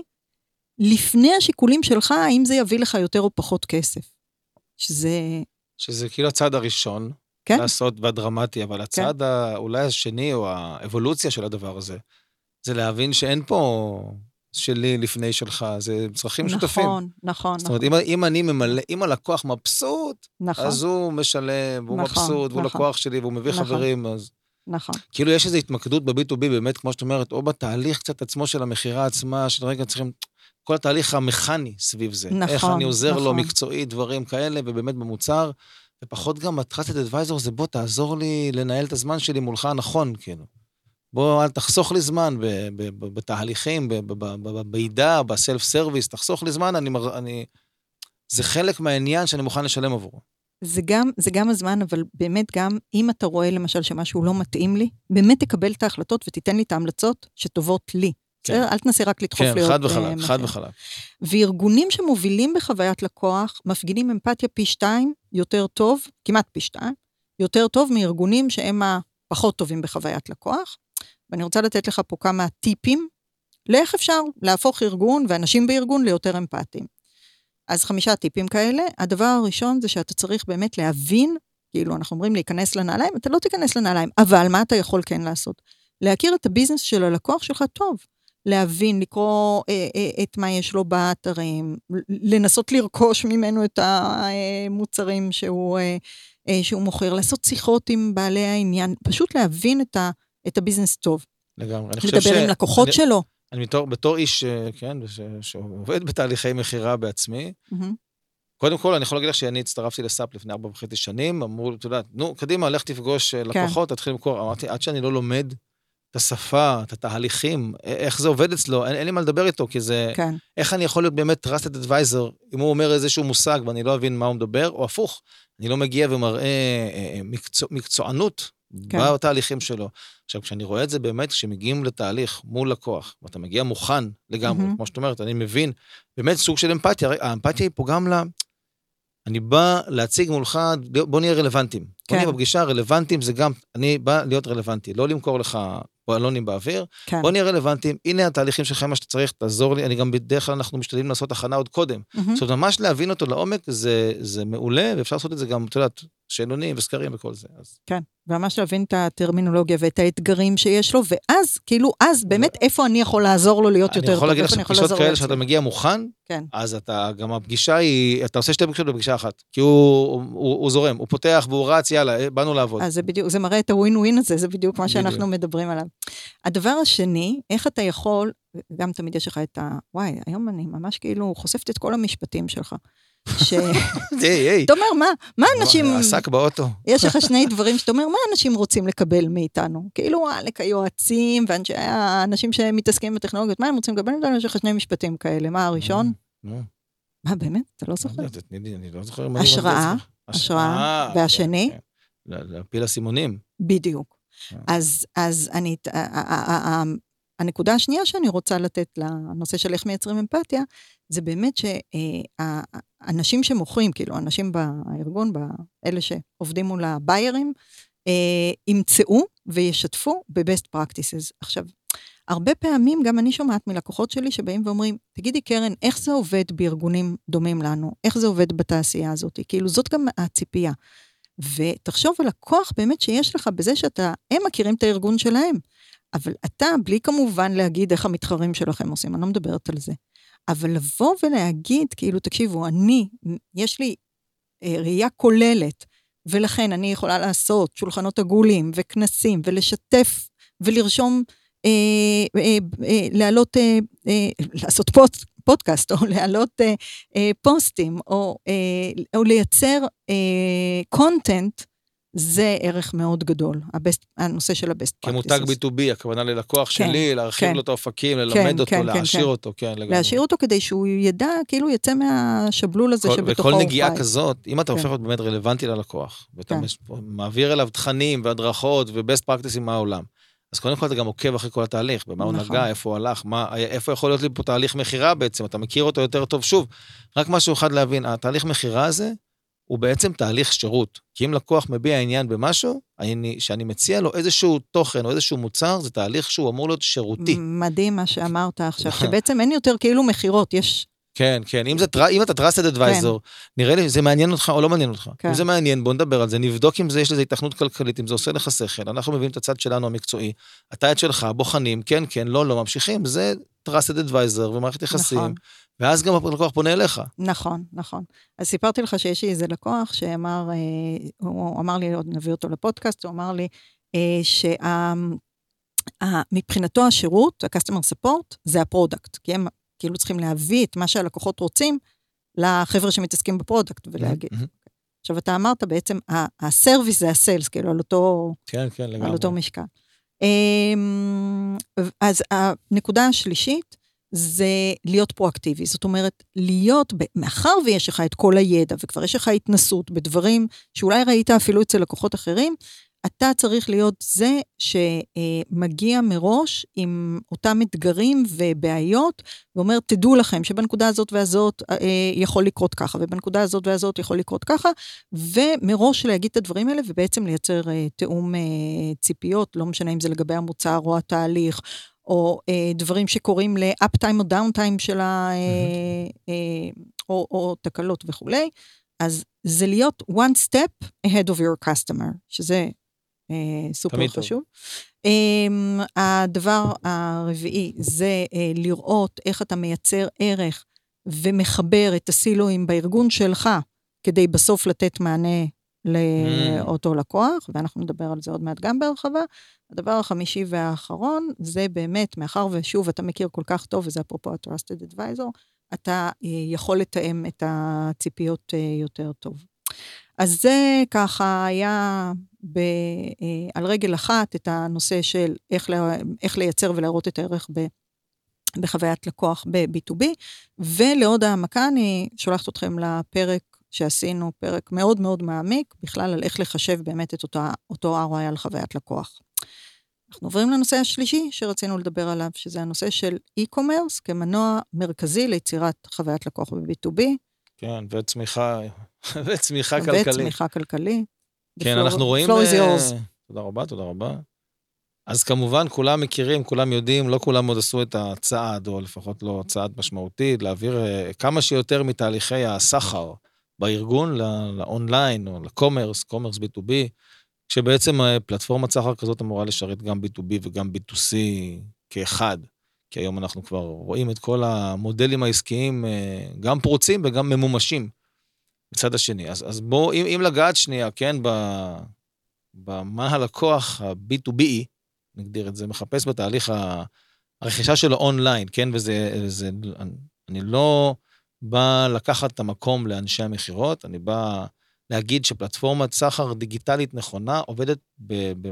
לפני השיקולים שלך, האם זה יביא לך יותר או פחות כסף. שזה... שזה כאילו הצד הראשון, כן? לעשות בדרמטי, אבל הצד כן. ה... אולי השני, או האבולוציה של הדבר הזה, זה להבין שאין פה שלי לפני שלך, זה צרכים נכון, שותפים. נכון, נכון. זאת אומרת, אם, אם אני ממלא, אם הלקוח מבסוט, נכון. אז הוא משלם, והוא נכון, מבסוט, והוא נכון. לקוח שלי, והוא מביא נכון. חברים, אז... נכון. כאילו יש איזו התמקדות ב-בי טו בי, באמת, כמו שאת אומרת, או בתהליך קצת עצמו של המחירה עצמה, של רגע צריכים, כל התהליך המכני סביב זה. נכון, איך אני עוזר נכון. לו מקצועי, דברים כאלה, ובאמת במוצר, ופחות גם ה-Trusted Advisor זה בוא, תעזור לי לנהל את הזמן שלי מולך נכון, כאילו. בוא, אל תחסוך לי זמן בתהליכים, בידע, בסלף סרוויס, תחסוך לי זמן, אני, אני, זה חלק מהעניין שאני מוכן לשלם עבורו. זה גם, זה גם הזמן, אבל באמת גם, אם אתה רואה למשל שמשהו לא מתאים לי, באמת תקבל את ההחלטות ותיתן לי את ההמלצות שטובות לי. כן. אל תנסה רק לדחוף כן, להיות... חד וחלק, חד וחלק. וארגונים שמובילים בחוויית לקוח, מפגינים אמפתיה פי שתיים, יותר טוב, כמעט פי שתיים, יותר טוב מארגונים שהם הפחות טובים בחוויית לקוח. ואני רוצה לתת לך פה כמה טיפים, לאיך אפשר להפוך ארגון ואנשים בארגון ליותר אמפתיים. אז חמישה טיפים כאלה. הדבר הראשון זה שאתה צריך באמת להבין, כאילו אנחנו אומרים להיכנס לנעליים, אתה לא תיכנס לנעליים, אבל מה אתה יכול כן לעשות? להכיר את הביזנס של הלקוח שלך טוב, להבין, לקרוא אה, אה, את מה יש לו באתרים, לנסות לרכוש ממנו את המוצרים שהוא, אה, אה, שהוא מוכר, לעשות שיחות עם בעלי העניין, פשוט להבין את, ה, את הביזנס טוב. לגמרי. לדבר עם לקוחות אני, שלו. אני בתור, בתור איש, כן, שעובד בתהליכי מחירה בעצמי, mm-hmm. קודם כל, אני יכול להגיד לך שאני הצטרפתי לסאפ לפני ארבע וחצי שנים, אמרו, אתה יודע, נו, קדימה, לך תפגוש לקוחות, תתחיל למכור. אמרתי, עד שאני לא לומד את השפה, את התהליכים, איך זה עובד אצלו, אין, אין לי מה לדבר איתו, כי זה, כן. איך אני יכול להיות באמת Trusted Advisor, אם הוא אומר איזשהו מושג, ואני לא אבין מה הוא מדבר, או הפוך, אני לא מגיע ומראה מקצוע, מקצוענות, כן. בתהליכים שלו. עכשיו, כשאני רואה את זה באמת, כשמגיעים לתהליך מול לקוח, ואתה מגיע מוכן לגמרי, mm-hmm. כמו שאת אומרת, אני מבין, באמת סוג של אמפתיה, האמפתיה היא פה גם לה, אני בא להציג מולך, בוא נהיה רלוונטיים. כן. בוא נהיה בפגישה, רלוונטיים זה גם, אני בא להיות רלוונטי, לא למכור לך בלונים באוויר, כן. בוא נהיה רלוונטיים, הנה התהליכים שלכם, מה שאתה צריך, תעזור לי, אני גם בדרך כלל אנחנו משתדלים לעשות הכנה עוד קודם. Mm-hmm. זאת אומרת, ממש להבין אותו לעומק, זה, זה מעולה, ואפשר לעשות את זה גם, אתה יודעת, שאלונים וסקרים וכל זה. אז... כן, וממש להבין את הטרמינולוגיה ואת האתגרים שיש לו, ואז, כאילו, אז באמת איפה אני יכול לעזור לו להיות יותר טוב? אני יכול להגיד לך שפגישות כאלה שאתה מגיע מוכן, אז אתה, גם הפגישה היא, אתה עושה שתי פגישות בפגישה אחת, כי הוא זורם, הוא פותח והוא רץ, יאללה, באנו לעבוד. אז זה בדיוק, זה מראה את הווין ווין הזה, זה בדיוק מה שאנחנו מדברים עליו. הדבר השני, איך אתה יכול, גם תמיד יש לך את ה... וואי, היום אני ממש כאילו חושפת את כל המשפטים שלך. ש... אתה אומר, מה, מה אנשים... עסק באוטו. יש לך שני דברים שאתה אומר, מה אנשים רוצים לקבל מאיתנו? כאילו, עלק היועצים, והאנשים שמתעסקים בטכנולוגיות, מה הם רוצים לקבל מאיתנו? יש לך שני משפטים כאלה. מה הראשון? מה, באמת? אתה לא זוכר? אני לא זוכר. השראה, השראה, והשני? להפיל הסימונים. בדיוק. אז אני... הנקודה השנייה שאני רוצה לתת לנושא של איך מייצרים אמפתיה, זה באמת שהאנשים שמוכרים, כאילו, אנשים בארגון, אלה שעובדים מול הביירים, ימצאו וישתפו ב-best practices. עכשיו, הרבה פעמים גם אני שומעת מלקוחות שלי שבאים ואומרים, תגידי קרן, איך זה עובד בארגונים דומים לנו? איך זה עובד בתעשייה הזאת? כאילו זאת גם הציפייה. ותחשוב על הכוח באמת שיש לך בזה שאתה, הם מכירים את הארגון שלהם, אבל אתה, בלי כמובן להגיד איך המתחרים שלכם עושים, אני לא מדברת על זה, אבל לבוא ולהגיד, כאילו, תקשיבו, אני, יש לי אה, ראייה כוללת, ולכן אני יכולה לעשות שולחנות עגולים וכנסים, ולשתף ולרשום, אה, אה, אה, להעלות, אה, אה, לעשות פוד, פודקאסט, או להעלות אה, אה, פוסטים, או, אה, או לייצר קונטנט, אה, זה ערך מאוד גדול, הבסט, הנושא של הבסט פרקטיסס. כמותג בי טו בי, הכוונה ללקוח כן, שלי, להרחיב כן. לו את האופקים, ללמד כן, אותו, כן, להעשיר כן. אותו, כן, לגמרי. להשאיר אותו כדי שהוא ידע, כאילו יצא מהשבלול הזה כל, שבתוכו הוא וכל חי. נגיעה כזאת, אם אתה כן. הופך להיות באמת רלוונטי ללקוח, ואתה כן. מעביר אליו תכנים והדרכות ובסט פרקטיסים מהעולם, אז קודם כל אתה גם עוקב אחרי כל התהליך, במה הוא נכון. נגע, איפה הוא הלך, מה, איפה יכול להיות לי פה תהליך מחירה בעצם, אתה מכיר אותו יותר טוב. שוב, רק משהו אחד להבין, התהליך מחירה הזה, הוא בעצם תהליך שירות. כי אם לקוח מביע עניין במשהו, אני, שאני מציע לו איזשהו תוכן או איזשהו מוצר, זה תהליך שהוא אמור להיות שירותי. מדהים מה שאמרת עכשיו, שבעצם אין יותר כאילו מחירות, יש... כן, כן, אם, זה, אם אתה trusted advisor, נראה לי, זה מעניין אותך או לא מעניין אותך. כן. אם זה מעניין, בוא נדבר על זה, נבדוק אם זה, יש לזה התכנות כלכלית, אם זה עושה לך שכל, אנחנו מביאים את הצד שלנו המקצועי, אתה את שלך, בוחנים, כן, כן, לא, לא, ממשיכים, זה trusted advisor ומערכת יחסים, נכון. ואז גם הלקוח פונה אליך. נכון, נכון. אז סיפרתי לך שיש לי איזה לקוח שאמר, הוא אמר לי, עוד נביא אותו לפודקאסט, הוא אמר לי, שמבחינתו השירות, ה-customer support, זה הפרודקט, כי הם כאילו צריכים להביא את מה שהלקוחות רוצים, לחבר'ה שמתעסקים בפרודקט, ולהגיד. עכשיו, אתה אמרת בעצם, הסרוויס זה הסיילס, כאילו, על אותו, כן, כן, לגמרי. על אותו משקל. אז הנקודה השלישית, זה להיות פרואקטיבי, זאת אומרת, להיות, מאחר ויש לך את כל הידע, וכבר יש לך התנסות בדברים, שאולי ראית אפילו אצל לקוחות אחרים, אתה צריך להיות זה שמגיע מראש עם אותם אתגרים ובעיות, ואומר, תדעו לכם שבנקודה הזאת והזאת יכול לקרות ככה, ובנקודה הזאת והזאת יכול לקרות ככה, ומראש להגיד את הדברים האלה, ובעצם לייצר תאום ציפיות, לא משנה אם זה לגבי המוצר או התהליך, או אה, דברים שקוראים ל-uptime או downtime של ה... אה, אה, או, או תקלות וכולי, אז זה להיות one step ahead of your customer, שזה אה, סופר חשוב. אה, הדבר הרביעי זה אה, לראות איך אתה מייצר ערך ומחבר את הסילואים בארגון שלך, כדי בסוף לתת מענה לאותו לקוח, ואנחנו נדבר על זה עוד מעט גם בהרחבה. הדבר החמישי והאחרון, זה באמת, מאחר ושוב אתה מכיר כל כך טוב, וזה אפרופו ה-Trusted Advisor, אתה יכול לתאם את הציפיות יותר טוב. אז זה ככה היה ב, על רגל אחת את הנושא של איך, איך לייצר ולהראות את הערך ב, בחוויית לקוח ב-בי טו בי, ולעוד העמקה אני שולחת אתכם לפרק שעשינו, פרק מאוד מאוד מעמיק, בכלל על איך לחשב באמת את אותה, אותו אר או איי על חוויית לקוח. אנחנו עוברים לנושא השלישי שרצינו לדבר עליו, שזה הנושא של e-commerce, כמנוע מרכזי ליצירת חוויית לקוח ב-בי טו בי. כן, וצמיחה, וצמיחה כלכלית. וצמיחה כלכלית. כן, אנחנו רואים... תודה רבה, תודה רבה. אז כמובן, כולם מכירים, כולם יודעים, לא כולם עוד עשו את הצעד, או לפחות לא צעד משמעותי, להעביר כמה שיותר מתהליכי הסחר בארגון, לאונליין, או לקומרס, קומרס בי טו בי, כשבעצם פלטפורמת סחר כזאת אמורה לשרת גם בי טו בי וגם בי טו סי כאחד, כי היום אנחנו כבר רואים את כל המודלים העסקיים, גם פרוצים וגם ממומשים, בצד השני. אז, אז בואו, אם, אם לגעת שנייה, כן, במה הלקוח, ה-בי טו בי, נגדיר את זה, מחפש בתהליך הרכישה שלו אונליין, כן, וזה, וזה, אני לא בא לקחת את המקום לאנשי המחירות, אני בא להגיד שפלטפורמת סחר דיגיטלית נכונה, עובדת ב, ב,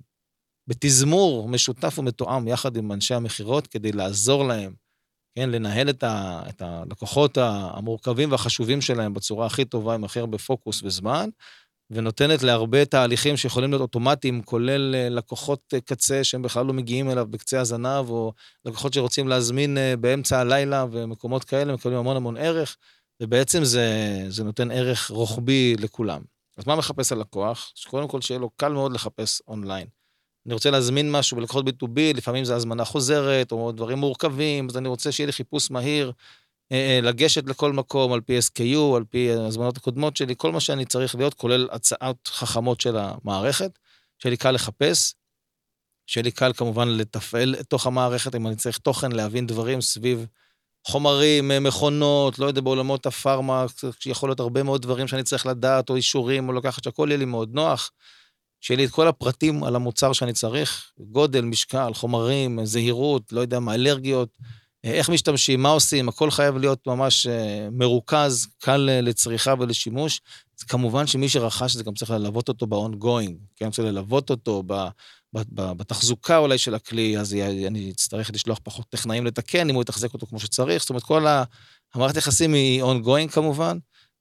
בתזמור משותף ומתואם, יחד עם אנשי המחירות, כדי לעזור להם, כן, לנהל את, ה, את הלקוחות המורכבים והחשובים שלהם, בצורה הכי טובה, עם הכי הרבה פוקוס וזמן, ונותנת להרבה תהליכים שיכולים להיות אוטומטיים, כולל לקוחות קצה שהם בכלל לא מגיעים אליו בקצה הזנב, או לקוחות שרוצים להזמין באמצע הלילה, ומקומות כאלה מקבלים המון המון ערך, ובעצם זה, זה נותן ערך רוחבי לכולם. אז מה מחפש הלקוח? שקודם כל שיהיה לו קל מאוד לחפש אונליין. אני רוצה להזמין משהו בלקוחות בי טו בי, לפעמים זה הזמנה חוזרת, או דברים מורכבים, אז אני רוצה שיהיה לי חיפוש מהיר, לגשת לכל מקום, על פי אס קיו יו, על פי הזמנות הקודמות שלי, כל מה שאני צריך להיות, כולל הצעות חכמות של המערכת, שלי קל לחפש, שלי קל כמובן לתפעל תוך המערכת, אם אני צריך תוכן, להבין דברים סביב חומרים, מכונות, לא יודע, בעולמות הפארמה, שיכול להיות הרבה מאוד דברים שאני צריך לדעת, או אישורים, או לקחת, שהכל יהיה לי מאוד נוח, שיהיה לי את כל הפרטים על המוצר שאני צריך, גודל, משקל, חומרים, זהירות, לא יודע מה, אלרגיות, איך משתמשים, מה עושים, הכל חייב להיות ממש מרוכז, קל לצריכה ולשימוש. כמובן שמי שרכש זה גם צריך ללוות אותו ב-ongoing, כן, צריך ללוות אותו ב... בתחזוקה אולי של הכלי, אז אני אצטרך לשלוח פחות טכנאים לתקן, אם הוא יתחזק אותו כמו שצריך, זאת אומרת, כל המערכת יחסים היא ongoing כמובן,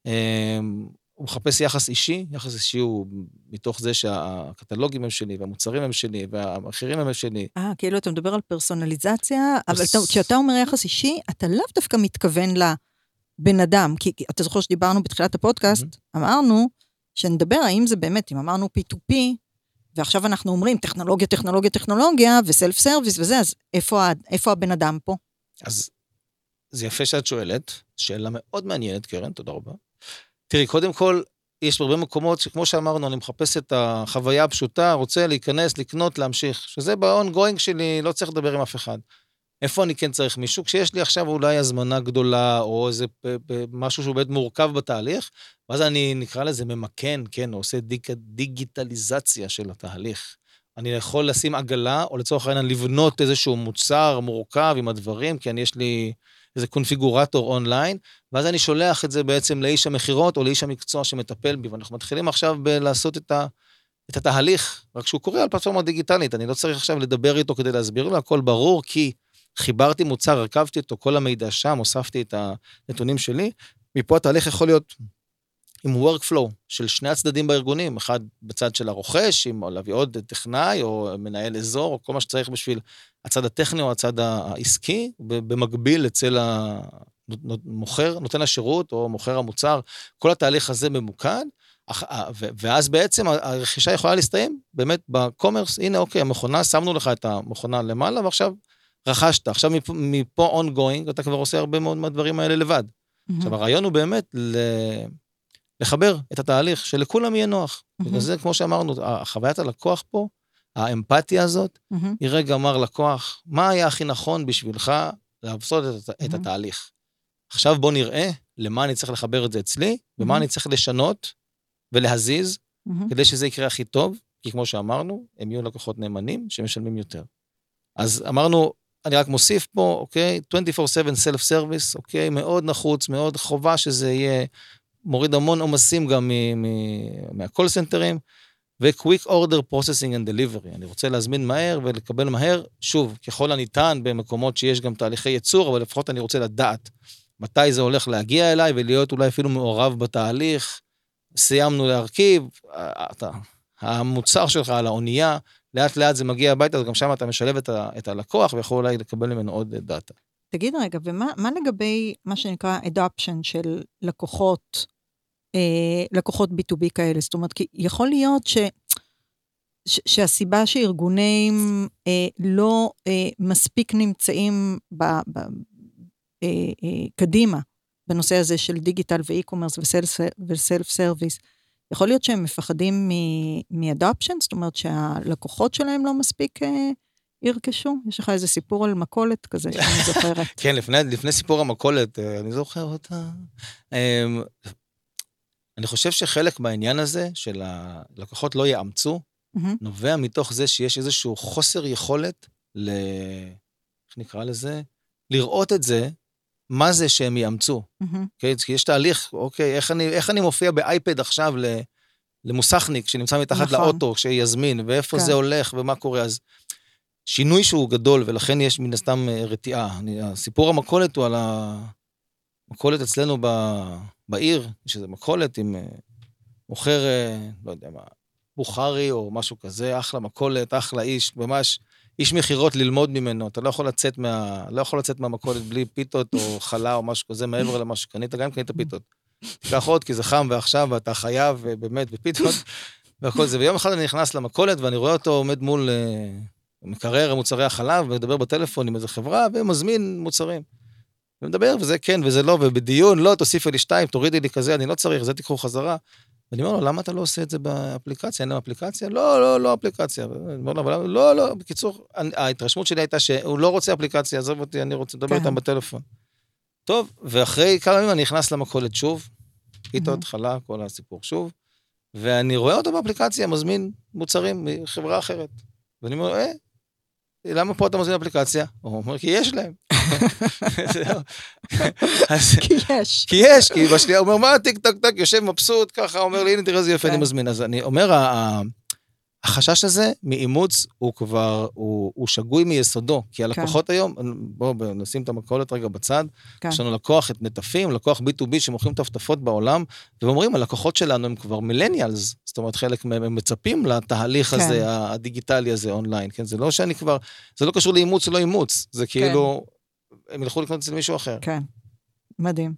הוא מחפש יחס אישי, יחס אישי הוא מתוך זה שהקטלוגים הם שלי, והמוצרים הם שלי, והמחירים הם שלי. אה, כאילו אתה מדבר על פרסונליזציה, אבל כשאתה אומר יחס אישי, אתה לאו דווקא מתכוון לבן אדם, כי אתה זוכר שדיברנו בתחילת הפודקאסט, אמרנו שנדבר האם זה באמת, אם אמרנו פי טו פי, ועכשיו אנחנו אומרים טכנולוגיה, טכנולוגיה, טכנולוגיה, וסלף סרוויס וזה, אז איפה, איפה הבן אדם פה? אז זה יפה שאת שואלת, שאלה מאוד מעניינת, קרן, תודה רבה. תראי, קודם כל, יש הרבה מקומות שכמו שאמרנו, אני מחפש את החוויה הפשוטה, רוצה להיכנס, לקנות, להמשיך, שזה ב-ongoing שלי, לא צריך לדבר עם אף אחד. איפה אני כן צריך מישהו? כשיש לי עכשיו אולי הזמנה גדולה, או איזה משהו שהוא באמת מורכב בתהליך, ואז אני נקרא לזה ממכן, כן, או עושה דיג, דיגיטליזציה של התהליך. אני יכול לשים עגלה, או לצורך העניין לבנות איזשהו מוצר מורכב עם הדברים, כי אני יש לי איזה קונפיגורטור אונליין, ואז אני שולח את זה בעצם לאיש המחירות, או לאיש המקצוע שמטפל בי, ואנחנו מתחילים עכשיו בלעשות את ה... את התהליך, רק שהוא קורא על פלטפורמה דיגיטלית, אני לא צריך עכשיו לדבר איתו כדי להסביר לו, הכל ברור, כי חיברתי מוצר, הרכבתי אותו, כל המידע שם, הוספתי את הנתונים שלי, מפה התהליך יכול להיות עם workflow של שני הצדדים בארגונים, אחד בצד של הרוכש, עם להביא עוד טכנאי, או מנהל אזור, או כל מה שצריך בשביל הצד הטכני, או הצד העסקי, במקביל אצל המוכר, נותן השירות, או מוכר המוצר, כל התהליך הזה ממוקד, ואז בעצם הרכישה יכולה להסתיים, באמת בקומרס, הנה אוקיי, המכונה, שמנו לך את המכונה למעלה, ועכשיו רכשת, עכשיו מפה ongoing, אתה כבר עושה הרבה מאוד מהדברים האלה לבד. עכשיו הרעיון הוא באמת לחבר את התהליך, שלכולם יהיה נוח, וזה כמו שאמרנו, חוויית הלקוח פה, האמפתיה הזאת, היא רגע אמר לקוח, מה היה הכי נכון בשבילך לעשות את התהליך? עכשיו בוא נראה למה אני צריך לחבר את זה אצלי, ומה אני צריך לשנות ולהזיז, כדי שזה יקרה הכי טוב, כי כמו שאמרנו, הם יהיו לקוחות נאמנים שמשלמים יותר. אז אמרנו, אני רק מוסיף פה, אוקיי, עשרים וארבע שבע סלף סרוויס, אוקיי, מאוד נחוץ, מאוד חובה שזה יהיה, מוריד המון עומסים גם מהקול סנטרים, ו-Quick Order Processing and Delivery. אני רוצה להזמין מהר ולקבל מהר, שוב, ככל הניתן במקומות שיש גם תהליכי ייצור, אבל לפחות אני רוצה לדעת מתי זה הולך להגיע אליי, ולהיות אולי אפילו מעורב בתהליך, סיימנו להרכיב, אתה, המוצר שלך על האונייה, לאט לאט זה מגיע הביתה, אז גם שם אתה משלב את, ה, את הלקוח, ויכול אולי לקבל ממנו עוד דאטה. תגיד רגע, ומה מה לגבי מה שנקרא adoption של לקוחות, אה, לקוחות בי טו בי כאלה? זאת אומרת, כי יכול להיות ש, ש, שהסיבה שארגונים אה, לא אה, מספיק נמצאים ב, ב, אה, אה, קדימה, בנושא הזה של דיגיטל ואי-קומרס וסלף סרוויס, יכול להיות שהם מפחדים מ-adoption, זאת אומרת שהלקוחות שלהם לא מספיק אה, ירכשו? יש לך איזה סיפור על מקולת כזה שאני זוכרת. כן, לפני, לפני סיפור המקולת, אני זוכר אותה. אני חושב שחלק מהעניין הזה, של הלקוחות לא יאמצו, mm-hmm. נובע מתוך זה שיש איזשהו חוסר יכולת, ל... איך נקרא לזה? לראות את זה, מה זה שהם יאמצו. Mm-hmm. Okay? כי יש תהליך, אוקיי, איך אני, איך אני מופיע באייפד עכשיו למוסכניק, שנמצא מתחת נכון. לאוטו, שיזמין, ואיפה כן. זה הולך, ומה קורה, אז שינוי שהוא גדול, ולכן יש מן הסתם רתיעה. אני, הסיפור המקולת הוא על המקולת אצלנו ב, בעיר, שזה מקולת עם מוכר, לא יודע מה, בוחרי או משהו כזה, אחלה מקולת, אחלה איש, ממש איש מחירות ללמוד ממנו, אתה לא יכול לצאת מה, לא יכול לצאת מהמקולת בלי פיתות או חלה או משהו כזה, מעבר למה שקנית, גם קנית פיתות. כך עוד, כי זה חם ועכשיו, ואתה חייב באמת בפיתות, והכל זה. ויום אחד אני נכנס למכולת, ואני רואה אותו עומד מול מקרר מוצרי החלב, ומדבר בטלפון עם איזו חברה, ומזמין מוצרים. ומדבר, וזה כן, וזה לא, ובדיון, לא, תוסיפי לי שתיים, תורידי לי כזה, אני לא צריך, זה תיקחו חזרה. ואני אומר לו, למה אתה לא עושה את זה באפליקציה? אין להם אפליקציה? לא, לא, לא אפליקציה. לא, לא, בקיצור, ההתרשמות שלי הייתה שהוא לא רוצה אפליקציה, עזוב אותי, אני רוצה לדבר איתם בטלפון. טוב, ואחרי כמה ימים אני נכנס למכולת שוב, פיתות, חלה, כל הסיפור שוב, ואני רואה אותו באפליקציה, מזמין מוצרים מחברה אחרת. ואני אומר, אה, למה פה אתה מזמין אפליקציה? הוא אומר, כי יש להם. כי יש. כי יש, כי בשנייה הוא אומר, מה, טיק טק טק, יושב מבסוט, ככה, אומר לי, הנה תראה איזה יפה אני מזמין. אז אני אומר, החשש הזה מאימוץ הוא כבר, הוא שגוי מיסודו, כי הלקוחות היום, בואו נשים את המכולת רגע בצד, יש לנו לקוח את נטפים, לקוח בי טו בי שמוכרים טפטפות בעולם, ואומרים, הלקוחות שלנו הם כבר מילניאלס, זאת אומרת, חלק מהם מצפים לתהליך הזה, הדיגיטלי הזה אונליין, כן? זה לא שאני כבר, זה לא קשור לאימוץ, זה לא אימוץ, זה כאילו, הם ילכו לקנות אצל מישהו אחר. כן, מדהים.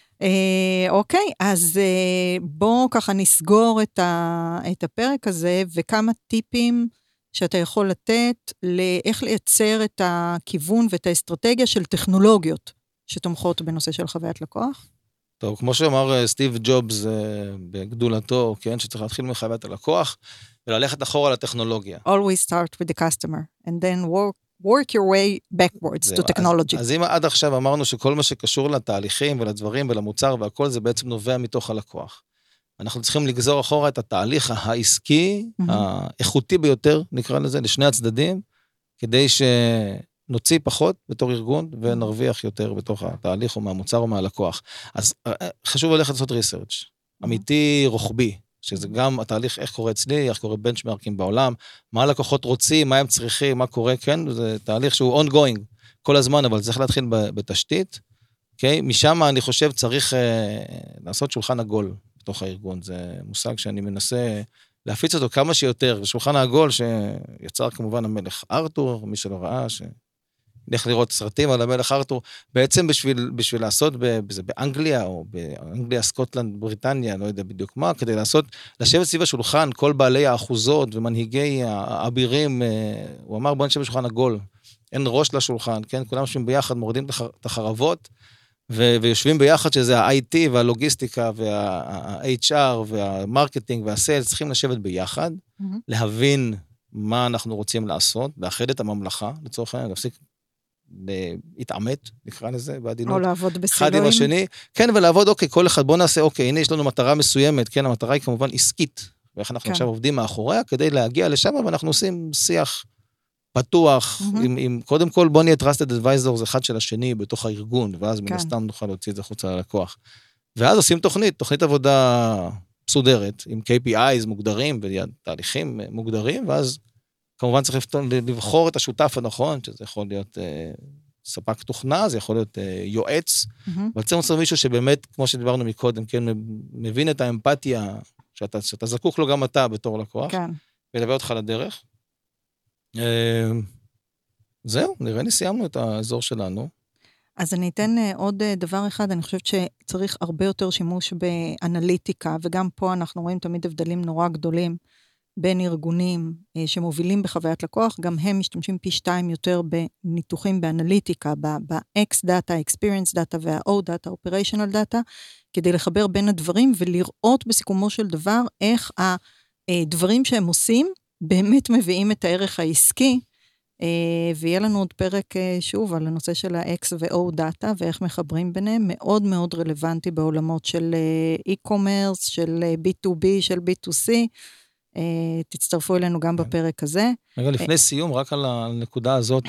אה, אוקיי, אז אה, בואו ככה נסגור את, ה, את הפרק הזה, וכמה טיפים שאתה יכול לתת לאיך לייצר את הכיוון ואת האסטרטגיה של טכנולוגיות שתומכות בנושא של חוויית לקוח. טוב, כמו שאמר סטיב ג'ובס בגדולתו, כן, שצריך להתחיל מחוויית הלקוח, וללכת אחורה לטכנולוגיה. Always start with the customer, and then work work your way backwards to technology. אז, אז אם עד עכשיו אמרנו שכל מה שקשור לתהליכים ולדברים ולמוצר והכל, זה בעצם נובע מתוך הלקוח. אנחנו צריכים לגזור אחורה את התהליך העסקי, mm-hmm. האיכותי ביותר, נקרא לזה, לשני הצדדים, כדי שנוציא פחות בתור ארגון, ונרוויח יותר בתוך התהליך או מהמוצר או מהלקוח. אז חשוב ללכת לעשות ריסרצ' אמיתי רוחבי, שזה גם התהליך, איך קורה אצלי, איך קורה בנצ'מרקים בעולם, מה הלקוחות רוצים, מה הם צריכים, מה קורה, כן, זה תהליך שהוא ongoing כל הזמן, אבל צריך להתחיל בתשתית, אוקיי? משם אני חושב צריך אה, לעשות שולחן עגול בתוך הארגון, זה מושג שאני מנסה להפיץ אותו כמה שיותר, שולחן העגול שיצר כמובן המלך ארתור, מי שלא ראה, ש... נלך לראות סרטים על המלך ארתור, בעצם בשביל, בשביל לעשות בזה באנגליה, או באנגליה, סקוטלנד, בריטניה, לא יודע בדיוק מה, כדי לעשות, לשבת סביב השולחן, כל בעלי האחוזות ומנהיגי האבירים, הוא אמר בוא נשב בשולחן עגול, אין ראש לשולחן, כן, כולם יושבים ביחד, מורדים את החרבות, ו- ויושבים ביחד שזה ה-איי טי והלוגיסטיקה, וה-אייץ' אר והמרקטינג והסיילס, צריכים לשבת ביחד, mm-hmm. להבין מה אנחנו רוצים לעשות, לאחד את הממלכה, לצורך העניין, להפסיק להתעמת, נקרא לזה, בעדינות. או לעבוד בסילואים. אחד עם השני, כן, ולעבוד, אוקיי, כל אחד, בוא נעשה, אוקיי, הנה יש לנו מטרה מסוימת, כן, המטרה היא כמובן עסקית, ואיך אנחנו כן. עכשיו עובדים מאחוריה, כדי להגיע לשם, ואנחנו עושים שיח פתוח, mm-hmm. עם, עם, קודם כל, בוא נהיה trusted advisors אחד של השני, בתוך הארגון, ואז כן. מן הסתם נוכל להוציא את זה חוץ ללקוח. ואז עושים תוכנית, תוכנית עבודה מסודרת, עם קיי פי איז מוגדרים, ותהליכים מוגדרים, ואז כמובן צריך לבחור את השותף הנכון, שזה יכול להיות אה, ספק תוכנה, זה יכול להיות אה, יועץ, mm-hmm. אבל צריך למצוא מישהו שבאמת, כמו שדיברנו מקודם, כן, מבין את האמפתיה, שאתה, שאתה זקוק לו גם אתה בתור לקוח, כן. ולביא אותך לדרך. אה, זהו, נראה לי סיימנו את האזור שלנו. אז אני אתן עוד דבר אחד, אני חושבת שצריך הרבה יותר שימוש באנליטיקה, וגם פה אנחנו רואים תמיד הבדלים נורא גדולים, בין ארגונים שמובילים בחוויית לקוח, גם הם משתמשים פי שתיים יותר בניתוחים באנליטיקה, ב-X data, experience data וה-O data, operational data, כדי לחבר בין הדברים ולראות בסיכומו של דבר איך הדברים שהם עושים באמת מביאים את הערך העסקי, ויהיה לנו עוד פרק שוב על הנושא של ה-X ו-O data ואיך מחברים ביניהם, מאוד מאוד רלוונטי בעולמות של e-commerce, של בי טו בי, של בי טו סי, תצטרפו אלינו גם בפרק הזה. רגע, לפני סיום, רק על הנקודה הזאת,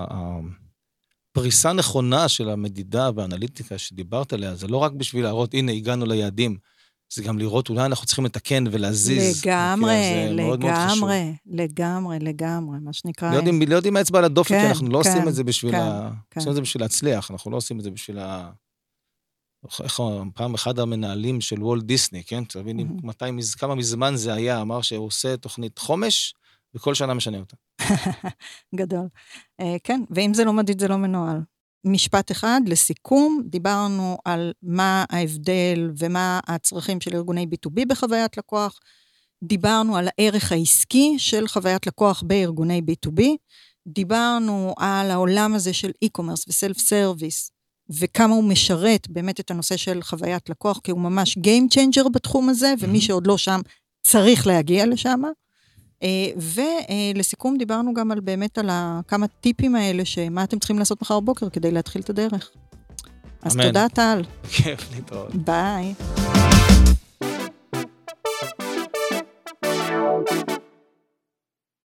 הפריסה נכונה של המדידה והאנליטיקה שדיברת עליה, זה לא רק בשביל להראות, הנה, הגענו ליעדים, זה גם לראות, אולי אנחנו צריכים לתקן ולהזיז. לגמרי, לגמרי, לגמרי, לגמרי, מה שנקרא. לא יודעים האצבע על הדופק, כי אנחנו לא עושים את זה בשביל להצליח, אנחנו לא עושים את זה בשביל ה... איך פעם אחד המנהלים של וולט דיסני, כן? תבינים מתי, כמה מזמן זה היה, אמר שהוא עושה תוכנית חומש, וכל שנה משנה אותה. גדול. כן, ואם זה לא מדיד, זה לא מנוהל. משפט אחד, לסיכום, דיברנו על מה ההבדל, ומה הצרכים של ארגוני בי טו בי בחוויית לקוח, דיברנו על הערך העסקי של חוויית לקוח בארגוני בי טו בי, דיברנו על העולם הזה של e-commerce וסלף סרוויס, וכמה הוא משרת באמת את הנושא של חוויית לקוח, כי הוא ממש game changer בתחום הזה, ומי שעוד לא שם צריך להגיע לשם. ולסיכום דיברנו גם על באמת על כמה טיפים האלה, שמה אתם צריכים לעשות מחר בוקר כדי להתחיל את הדרך. אז תודה טל. כיף להתראות. ביי.